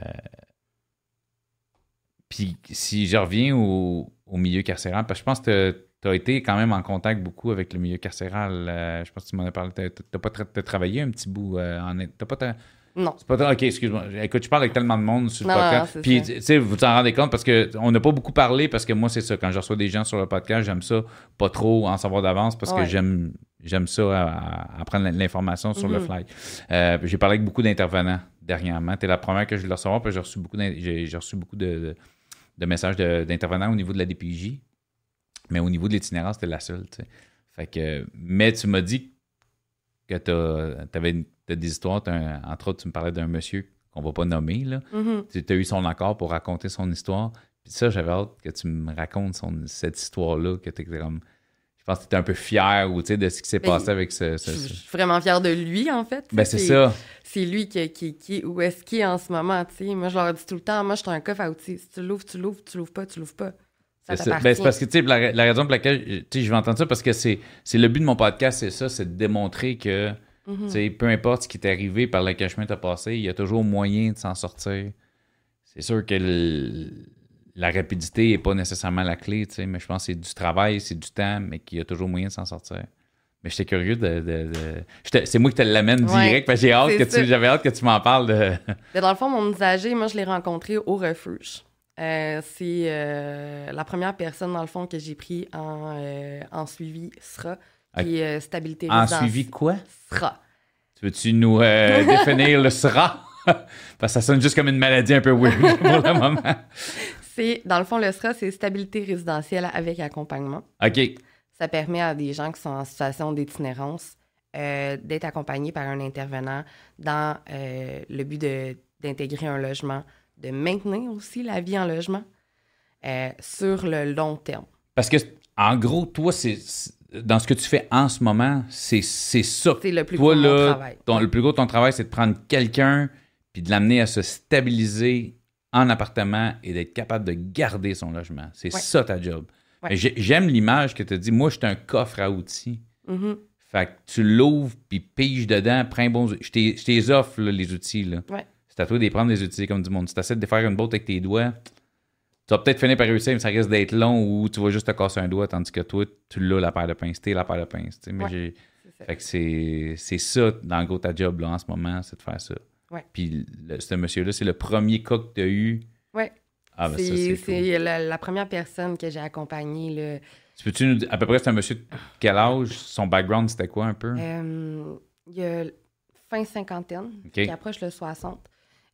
A: Puis si je reviens au, au milieu carcéral, parce que je pense que tu as été quand même en contact beaucoup avec le milieu carcéral. Euh, je pense que tu m'en as parlé. Tu n'as pas tra- t'as travaillé un petit bout euh, en... T'as pas ta...
B: Non.
A: C'est pas ta- OK, excuse-moi. Écoute, je parle avec tellement de monde sur le
B: Non,
A: podcast.
B: non,
A: Puis,
B: c'est ça.
A: tu sais, vous vous en rendez compte parce qu'on n'a pas beaucoup parlé parce que moi, c'est ça. Quand je reçois des gens sur le podcast, j'aime ça pas trop en savoir d'avance parce
B: Ouais.
A: que j'aime j'aime ça à, à- à prendre l'information sur le
B: Mhm.
A: fly. Euh, j'ai parlé avec beaucoup d'intervenants dernièrement. Tu es la première que je voulais recevoir, puis j'ai reçu beaucoup, d'in- j'ai, j'ai reçu beaucoup de, de, de messages de- d'intervenants au niveau de la D P J. Mais au niveau de l'itinérance, c'était la seule. Tu sais. Fait que, mais tu m'as dit que tu avais des histoires. Un, entre autres, tu me parlais d'un monsieur qu'on ne va pas nommer. Là.
B: Mhm.
A: Tu as eu son accord pour raconter son histoire. Puis ça, j'avais hâte que tu me racontes son, cette histoire-là, que tu comme. Je pense que tu étais un peu fier ou, de ce qui s'est
B: Ben,
A: passé avec ce.
B: Je
A: ce,
B: je
A: ce...
B: suis vraiment fière de lui, en fait.
A: Ben, c'est ça.
B: C'est lui qui, qui, qui, où est-ce qu'il est en ce moment, tu sais. Moi, je leur dis tout le temps, moi, je suis un coffre à outils. Si tu l'ouvres, tu l'ouvres, tu l'ouvres pas, tu l'ouvres pas. Ça
A: C'est, ça.
B: t'appartient.
A: Ben, c'est parce que, tu sais, la, la raison pour laquelle tu sais, je vais entendre ça, parce que c'est, c'est le but de mon podcast, c'est ça, c'est de démontrer que,
B: Mhm.
A: tu sais, peu importe ce qui t'est arrivé, par lequel chemin t'as passé, il y a toujours moyen de s'en sortir. C'est sûr que le- la rapidité n'est pas nécessairement la clé, tu sais, mais je pense que c'est du travail, c'est du temps, mais qu'il y a toujours moyen de s'en sortir. Mais j'étais curieux de... de, de... J'étais- c'est moi qui te l'amène
B: Ouais,
A: direct, parce que j'ai hâte
B: c'est
A: que
B: ça.
A: tu, j'avais hâte que tu m'en parles de...
B: Mais dans le fond, mon usager, moi, je l'ai rencontré au refuge. Euh, c'est euh, la première personne, dans le fond, que j'ai pris en, euh, en suivi S R A, qui est euh, stabilité
A: En
B: résidentielle.
A: suivi quoi?
B: S R A.
A: Tu veux-tu nous euh, définir le S R A? Parce que ça sonne juste comme une maladie un peu weird pour le moment.
B: C'est, dans le fond, le S R A, c'est stabilité résidentielle avec accompagnement.
A: OK.
B: Ça permet à des gens qui sont en situation d'itinérance euh, d'être accompagnés par un intervenant dans euh, le but de, d'intégrer un logement, de maintenir aussi la vie en logement euh, sur le long terme.
A: Parce que, en gros, toi, c'est, c'est- dans ce que tu fais en ce moment, c'est, c'est ça.
B: C'est le plus
A: Toi,
B: gros de mon
A: là,
B: travail.
A: ton- le plus gros de ton travail, c'est de prendre quelqu'un puis de l'amener à se stabiliser en appartement et d'être capable de garder son logement. C'est
B: Ouais.
A: ça ta job.
B: Ouais.
A: Mais j'ai- j'aime l'image que tu as dit, moi, je suis un coffre à outils.
B: Mhm.
A: Fait que tu l'ouvres, puis pige dedans, prends un bon... Je t'ai- je t'ai offre, là, les outils, là.
B: Ouais.
A: C'est à toi de les prendre, les outils, comme du monde. Si tu essaies de faire une botte avec tes doigts, tu vas peut-être finir par réussir, mais ça risque d'être long ou tu vas juste te casser un doigt, tandis que toi, tu l'as, la paire de pinces. T'es la paire de pinces, tu sais. Mais
B: Ouais.
A: j'ai...
B: C'est ça.
A: Fait que c'est, c'est ça, dans le gros, ta job, là, en ce moment, c'est de faire ça.
B: Ouais.
A: Puis le- ce monsieur-là, c'est le premier cas que tu as eu.
B: Ouais.
A: Ah, ben ça,
B: c'est
A: c'est
B: c'est
A: cool.
B: la, la première personne que j'ai accompagnée. Là.
A: Tu peux-tu nous dire, à peu près, c'est un monsieur de quel âge? Son background, c'était quoi, un peu?
B: Euh, il y a fin cinquantaine,
A: OK.
B: qui approche le soixante.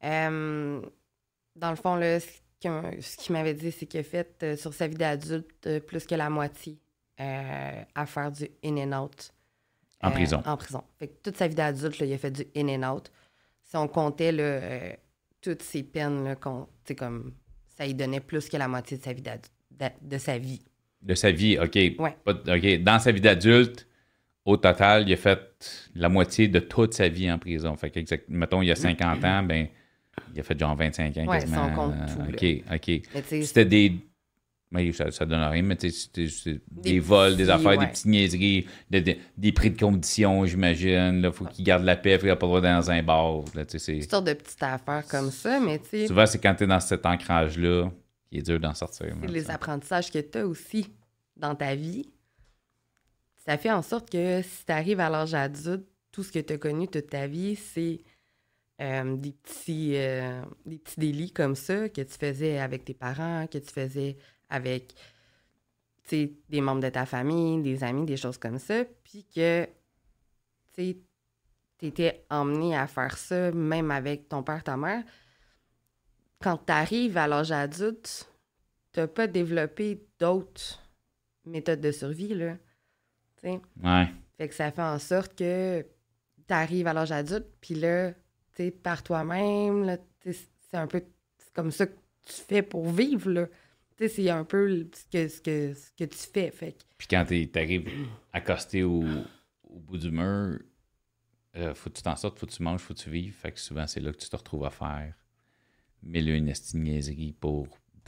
B: Euh, dans le fond, là, ce qu'il ce qu'il m'avait dit, c'est qu'il a fait euh, sur sa vie d'adulte euh, plus que la moitié euh, à faire du in and out.
A: En
B: euh,
A: prison.
B: En prison. Fait que toute sa vie d'adulte, là, il a fait du in and out. Si on comptait là, euh, toutes ses peines, là, qu'on- tu sais, comme ça lui donnait plus que la moitié de sa vie d'adulte, d'a- de sa vie.
A: De sa vie, OK.
B: Ouais.
A: Pas de- OK. Dans sa vie d'adulte, au total, il a fait la moitié de toute sa vie en prison. Fait que, exact, mettons, il y a cinquante ans, ben, il a fait genre vingt-cinq ans
B: Ouais,
A: quasiment.
B: si on compte tout,
A: OK,
B: là.
A: OK.
B: Mais tu sais,
A: C'était des... Oui, ça, ça donne rien, mais tu sais, c'était- c'était des,
B: Des
A: vols, des
B: petits,
A: affaires, des
B: ouais.
A: petites niaiseries, de- de- des prix de condition, j'imagine. Il faut qu'il garde la paix, il n'a pas le droit d'aller dans un bar. Là, tu sais, c'est-
B: toutes sortes de petites affaires comme ça, mais tu sais,
A: souvent, c'est quand tu es dans cet ancrage-là qu'il est dur d'en sortir.
B: c'est
A: moi,
B: les
A: ça.
B: apprentissages que tu as aussi dans ta vie. Ça fait en sorte que si tu arrives à l'âge adulte, tout ce que tu as connu toute ta vie, c'est euh, des, petits, euh, des petits délits comme ça que tu faisais avec tes parents, que tu faisais avec tu sais, des membres de ta famille, des amis, des choses comme ça, puis que tu étais emmené à faire ça même avec ton père, ta mère. Quand tu arrives à l'âge adulte, tu n'as pas développé d'autres méthodes de survie, là. Tu sais.
A: Ouais.
B: Fait que ça fait en sorte que tu arrives à l'âge adulte, puis là, tu sais, par toi-même, là, tu sais, c'est un peu c'est comme ça que tu fais pour vivre, là. Tu sais, c'est un peu le- ce que, ce que, ce que tu fais, fait que...
A: Puis quand tu arrives accosté au, au bout du mur, euh, faut que tu t'en sortes, faut que tu manges, faut que tu vives. Fait que souvent, c'est là que tu te retrouves à faire mille et une esti de niaiseries pour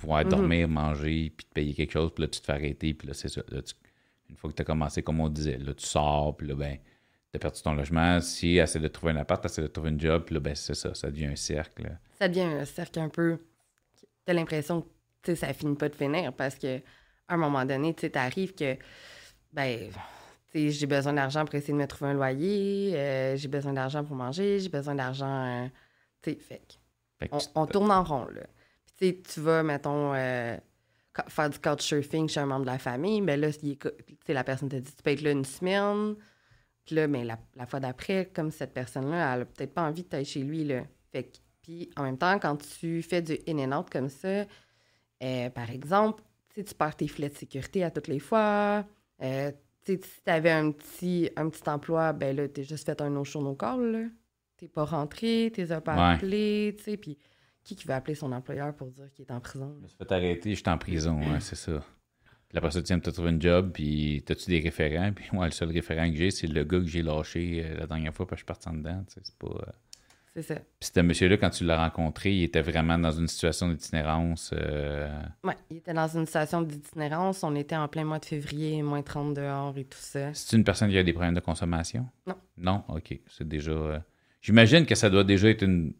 A: pouvoir
B: Mhm.
A: dormir, manger, puis te payer quelque chose, puis là, tu te fais arrêter, puis là, c'est ça. Là, tu- une fois que tu as commencé, comme on disait, là, tu sors, puis là, ben, tu as perdu ton logement. Si essaie de trouver un appart, tu essaies de trouver un job, puis là, ben, c'est ça, ça devient un cercle. là.
B: Ça devient un cercle un peu... T'as l'impression que tu sais, ça finit pas de finir parce que à un moment donné, tu sais, t'arrives que, ben, tu sais, j'ai besoin d'argent pour essayer de me trouver un loyer, euh, j'ai besoin d'argent pour manger, j'ai besoin d'argent, euh, tu sais, fait que
A: Fait que
B: on,
A: tu-
B: on tourne en rond, là. Puis, tu sais, tu vas, mettons, euh, ca- faire du couchsurfing chez un membre de la famille, ben là, il est co- tu sais, la personne te dit, tu peux être là une semaine, puis là, mais la, la fois d'après, comme cette personne-là, elle a peut-être pas envie de t'être chez lui, là. Fait que, puis en même temps, quand tu fais du in and out comme ça, euh, par exemple, tu sais, tu perds tes filets de sécurité à toutes les fois. Euh, tu sais, si tu avais un petit, un petit emploi, ben là, t'es juste fait un no show no call, là. T'es pas rentré, t'es pas
A: Ouais.
B: appelé, tu sais, puis qui qui va appeler son employeur pour dire qu'il est en prison?
A: Je me suis fait arrêter, j'étais en prison, ouais, c'est ça. Puis après ça, tu viens de te trouver une job, puis t'as-tu des référents? Puis moi, le seul référent que j'ai, c'est le gars que j'ai lâché euh, la dernière fois, parce que je suis parti en dedans, tu sais, c'est pas... euh,
B: C'est ça.
A: Puis ce monsieur-là, quand tu l'as rencontré, il était vraiment dans une situation d'itinérance. euh,
B: Ouais, il était dans une situation d'itinérance. On était en plein mois de février, moins trente dehors et tout ça.
A: C'est une personne qui a des problèmes de consommation?
B: Non.
A: Non? OK. C'est déjà... euh, J'imagine que ça doit déjà être une...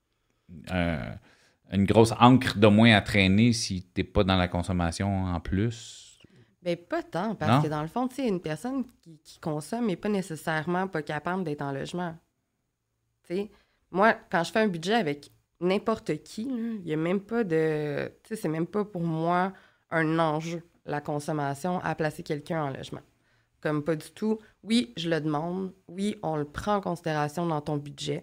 A: un- une grosse encre de moins à traîner si t'es pas dans la consommation en plus.
B: Ben pas tant, parce
A: Non?
B: que dans le fond, tu sais, une personne qui, qui consomme n'est pas nécessairement pas capable d'être en logement. Tu sais, moi, quand je fais un budget avec n'importe qui, il n'y a même pas de... Tu sais, c'est même pas pour moi un enjeu, la consommation, à placer quelqu'un en logement. Comme pas du tout. Oui, je le demande. Oui, on le prend en considération dans ton budget.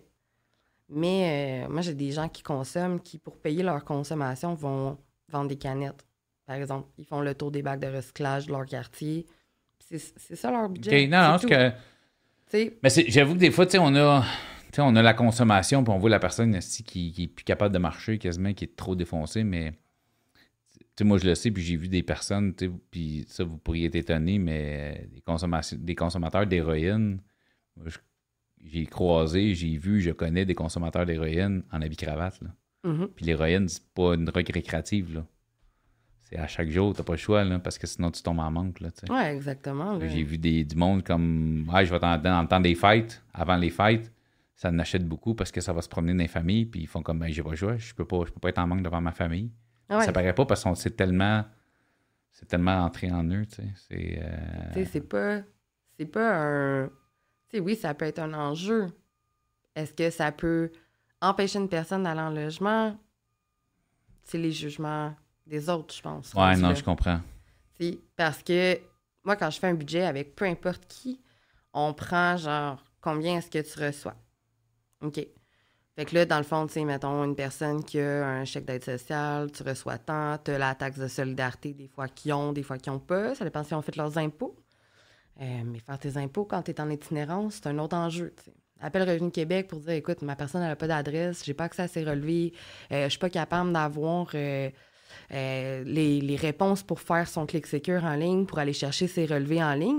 B: Mais euh, moi, j'ai des gens qui consomment, qui, pour payer leur consommation, vont vendre des canettes, par exemple. Ils font le tour des bacs de recyclage de leur quartier. C'est c'est ça leur budget.
A: OK. Non, non,
B: c'est
A: c'est
B: tout.
A: que...
B: Tu sais,
A: Mais c'est- j'avoue que des fois, tu sais, on a... tu sais, on a la consommation, puis on voit la personne esti, qui, qui est plus capable de marcher, quasiment, qui est trop défoncée, mais... Tu sais, moi, je le sais, puis j'ai vu des personnes, tu sais, puis ça, vous pourriez être étonnés, mais des, consommations, des consommateurs d'héroïne, moi, je- j'ai croisé, j'ai vu, je connais des consommateurs d'héroïne en habit-cravate, là.
B: mhm.
A: Puis l'héroïne, c'est pas une drogue récréative, là. C'est à chaque jour, t'as pas le choix, là, parce que sinon tu tombes en manque, là, tu sais.
B: Ouais, exactement. là.
A: J'ai vu des, du monde comme, ah, je vais t'en dans le temps des fêtes, avant les fêtes, ça en achète beaucoup parce que ça va se promener dans les familles, puis ils font comme, ben, j'ai pas le choix, je peux pas, je peux pas être en manque devant ma famille.
B: Ah ouais,
A: Ça paraît pas parce que c'est tellement, c'est tellement entré en eux, tu sais. C'est, euh,
B: tu sais, c'est pas, c'est pas un... Tu sais, oui, ça peut être un enjeu. Est-ce que ça peut empêcher une personne d'aller en logement? C'est les jugements des autres, je pense.
A: Ouais,
B: rendu
A: non,
B: là.
A: je comprends.
B: Tu sais, parce que moi, quand je fais un budget avec peu importe qui, on prend genre combien est-ce que tu reçois. OK. Fait que là, dans le fond, tu sais, mettons une personne qui a un chèque d'aide sociale, tu reçois tant, tu as la taxe de solidarité, des fois qu'ils ont, des fois qu'ils n'ont pas. Ça dépend si on fait leurs impôts. Euh, mais faire tes impôts quand tu es en itinérance, c'est un autre enjeu. Tu sais. Appelle Revenu Québec pour dire écoute, ma personne n'a pas d'adresse, j'ai pas accès à ses relevés, euh, je suis pas capable d'avoir euh, euh, les, les réponses pour faire son clic secure en ligne, pour aller chercher ses relevés en ligne.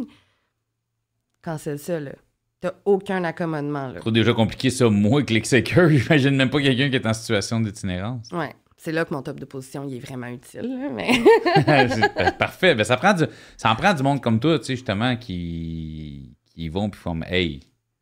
B: Quand c'est ça, là, t'as aucun accommodement. Là.
A: Trop déjà compliqué ça, moi, click secure, j'imagine même pas quelqu'un qui est en situation d'itinérance.
B: Ouais. C'est là que mon top de position il est vraiment utile, là, mais.
A: C'est pa- parfait. Ben, ça, prend du, ça en prend du monde comme toi, tu sais, justement, qui, qui vont puis font hey,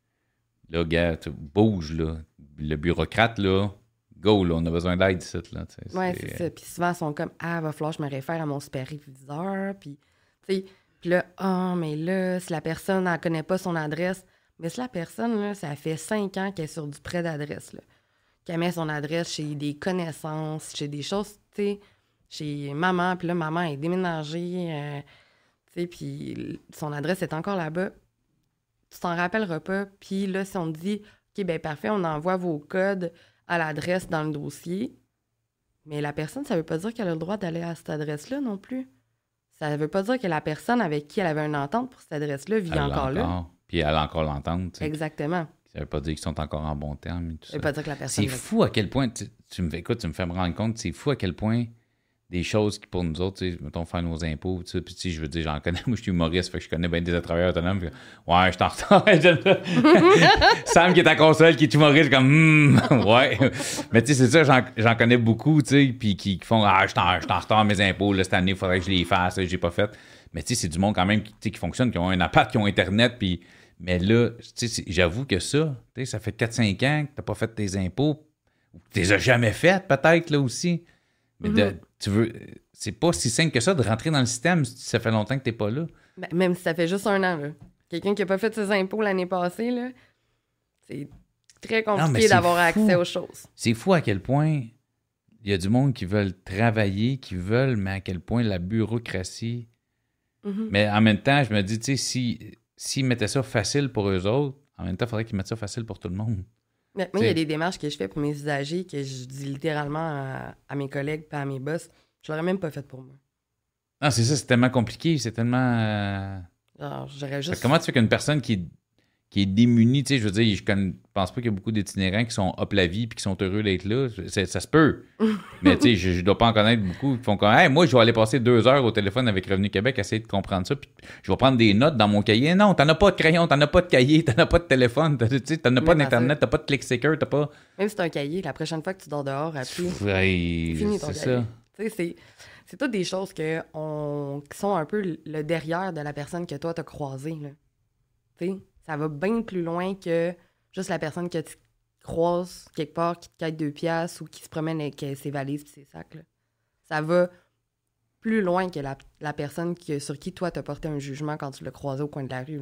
A: là, gars, tu bouge, là. Le bureaucrate, là, go, là, on a besoin d'aide ici, là. Tu sais,
B: Ouais, c'est ça. Puis souvent, ils sont comme ah, va falloir que je me réfère à mon superviseur. Puis, tu sais, puis là, ah, mais là, si la personne ne connaît pas son adresse, mais si la personne, là, ça fait cinq ans qu'elle est sur du prêt d'adresse, là, qu'elle met son adresse chez des connaissances, chez des choses, tu sais, chez maman, puis là, maman est déménagée, euh, tu sais, puis son adresse est encore là-bas, tu t'en rappelleras pas. Puis là, si on te dit, OK, ben parfait, on envoie vos codes à l'adresse dans le dossier, mais la personne, ça veut pas dire qu'elle a le droit d'aller à cette adresse-là non plus. Ça veut pas dire que la personne avec qui elle avait une entente pour cette adresse-là vit
A: elle l'a
B: encore là.
A: encore. Puis elle a encore l'entente. tu sais.
B: Exactement.
A: Ça veut pas dire qu'ils sont encore en bon terme et tout
B: Ça
A: ça.
B: veut pas dire que la personne...
A: C'est fou à quel point, tu, tu me fais, écoute, tu me fais me rendre compte, c'est fou à quel point des choses qui, pour nous autres, tu sais, mettons, faire nos impôts, tu sais, puis tu sais, je veux dire, j'en connais, moi, je suis humoriste, fait que je connais bien des travailleurs autonomes, puis, ouais, je suis en retard. Sam qui est à console, qui est humoriste, comme, hmm, ouais. Mais tu sais, c'est ça, j'en, j'en connais beaucoup, tu sais, puis qui, qui font, ah, je suis en, je suis en retard à mes impôts, là, cette année, il faudrait que je les fasse, là, j'ai pas fait. Mais tu sais, c'est du monde quand même qui, tu sais, qui fonctionne, qui ont un appart, qui ont Internet, puis, mais là, tu sais, j'avoue que ça, tu sais, ça fait quatre cinq ans que t'as pas fait tes impôts, tu les as jamais fait, peut-être, là, aussi. Mais de, mm-hmm. tu veux, c'est pas si simple que ça de rentrer dans le système si ça fait longtemps que t'es pas là.
B: Ben, même si ça fait juste un an, là. Quelqu'un qui a pas fait ses impôts l'année passée, là, c'est très compliqué non, d'avoir fou. accès aux choses.
A: C'est fou à quel point il y a du monde qui veulent travailler, qui veulent, mais à quel point la bureaucratie... Mm-hmm. Mais en même temps, je me dis, tu sais, si, s'ils mettaient ça facile pour eux autres, en même temps, il faudrait qu'ils mettent ça facile pour tout le monde.
B: Mais moi, il y a des démarches que je fais pour mes usagers que je dis littéralement à, à mes collègues et à mes boss. Je l'aurais même pas fait pour moi.
A: Ah, c'est ça, c'est tellement compliqué, c'est tellement... Euh...
B: Genre, j'aurais juste...
A: Comment tu fais qu'une personne qui est, qui est démunie, tu sais, je veux dire, je ne pense pas qu'il y a beaucoup d'itinérants qui sont hop la vie puis qui sont heureux d'être là. C'est, ça se peut. Mais tu sais, je ne dois pas en connaître beaucoup qui font comme, hey, moi, je vais aller passer deux heures au téléphone avec Revenu Québec, essayer de comprendre ça, puis je vais prendre des notes dans mon cahier. Non, t'en as pas de crayon, t'en as pas de cahier, t'en as pas de téléphone, tu sais, t'en as pas d'Internet, t'as pas de ClickSeeker, t'as pas...
B: Même si t'as un cahier, la prochaine fois que tu dors dehors, après,
A: ouais,
B: c'est fini ton
A: c'est
B: cahier.
A: Ça.
B: Tu sais, c'est... C'est toutes des choses que on... qui sont un peu le derrière de la personne que toi, t'as croisée. Tu sais, ça va bien plus loin que juste la personne que tu croises quelque part, qui te quête deux piastres ou qui se promène avec ses valises et ses sacs. Là. Ça va plus loin que la, la personne qui, sur qui toi, t'as porté un jugement quand tu l'as croisé au coin de la rue.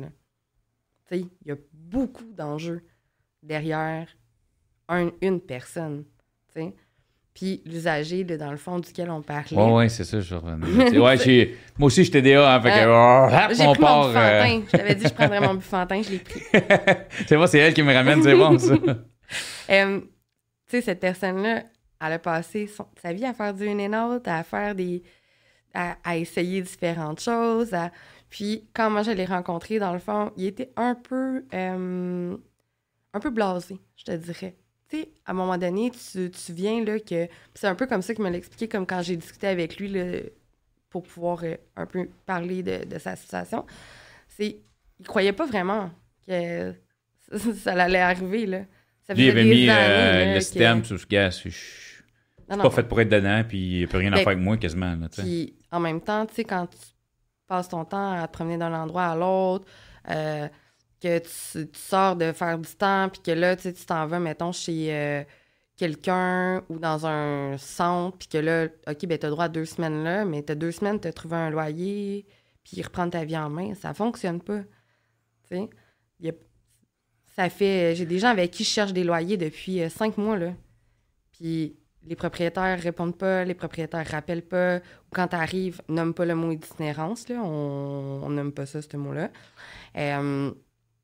B: Tu sais, il y a beaucoup d'enjeux derrière un, une personne. Tu sais. Puis l'usager, là, dans le fond, duquel on parlait.
A: Oui, oui, c'est ça, je revenais. Ouais, j'ai... Moi aussi, j'étais D A, hein, fait que...
B: Euh,
A: oh,
B: j'ai
A: on
B: pris
A: part,
B: mon bufantin.
A: euh...
B: Je t'avais dit que je prendrais mon bufantin, je l'ai pris.
A: C'est bon, c'est elle qui me ramène, c'est bon, ça.
B: euh, tu sais, cette personne-là, elle a passé son... sa vie à faire du une et autre, à faire des... À, à essayer différentes choses. À... Puis, quand moi, je l'ai rencontré, dans le fond, il était un peu... Euh... un peu blasé, je te dirais. Tu sais, à un moment donné, tu, tu viens, là, que... C'est un peu comme ça qu'il me l'a expliqué, comme quand j'ai discuté avec lui, là, pour pouvoir euh, un peu parler de, de sa situation. C'est... Il croyait pas vraiment que ça, ça allait arriver, là. Ça
A: lui, il avait mis
B: années,
A: euh,
B: là,
A: le
B: que...
A: système sur ce gars. Je suis pas non. fait pour être dedans, puis il n'y a plus rien ben, à faire avec moi, quasiment. Là,
B: puis, en même temps, tu sais, quand tu passes ton temps à te promener d'un endroit à l'autre... Euh, que tu, tu sors de faire du temps, puis que là, tu sais, tu t'en vas, mettons, chez euh, quelqu'un ou dans un centre, puis que là, OK, ben t'as droit à deux semaines là, mais t'as deux semaines, t'as trouvé un loyer, puis reprendre ta vie en main. Ça fonctionne pas. Tu sais, y a, ça fait... J'ai des gens avec qui je cherche des loyers depuis euh, cinq mois, là. Puis les propriétaires répondent pas, les propriétaires rappellent pas, ou quand t'arrives, nomme pas le mot itinérance, là. On, on nomme pas ça, ce mot-là. Euh,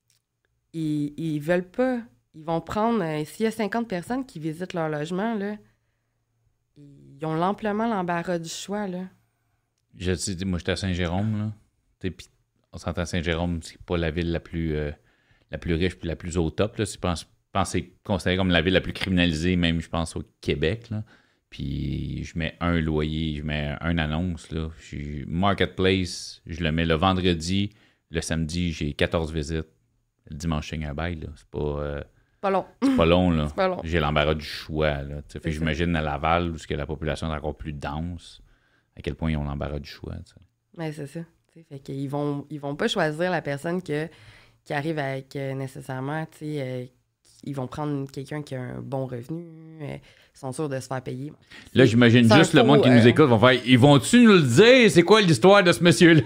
B: Ils, ils veulent pas. Ils vont prendre... Euh, s'il y a cinquante personnes qui visitent leur logement, là, ils ont amplement l'embarras du choix, là.
A: Je te dis, moi, j'étais à Saint-Jérôme, là. Puis on s'entend, Saint-Jérôme, c'est pas la ville la plus, euh, la plus riche puis la plus au top, là. Je pense, je pense que c'est considéré comme la ville la plus criminalisée, même, je pense, au Québec, là. Puis je mets un loyer, je mets une annonce, là. J'ai Marketplace, je le mets le vendredi. Le samedi, j'ai quatorze visites. Le dimanche, c'est un bail, là. C'est pas... Euh,
B: pas long.
A: C'est pas long, là.
B: C'est pas long.
A: J'ai l'embarras du choix, là. Fait que j'imagine à Laval, où que la population est encore plus dense, à quel point ils ont l'embarras du choix, tu sais.
B: Ouais, c'est ça. T'sais, fait qu'ils vont, ils vont pas choisir la personne que, qui arrive avec euh, nécessairement, tu sais, euh, ils vont prendre quelqu'un qui a un bon revenu, euh, ils sont sûrs de se faire payer.
A: Là, j'imagine juste le monde qui euh... nous écoute vont faire, ils vont-tu nous le dire? C'est quoi l'histoire de ce monsieur-là?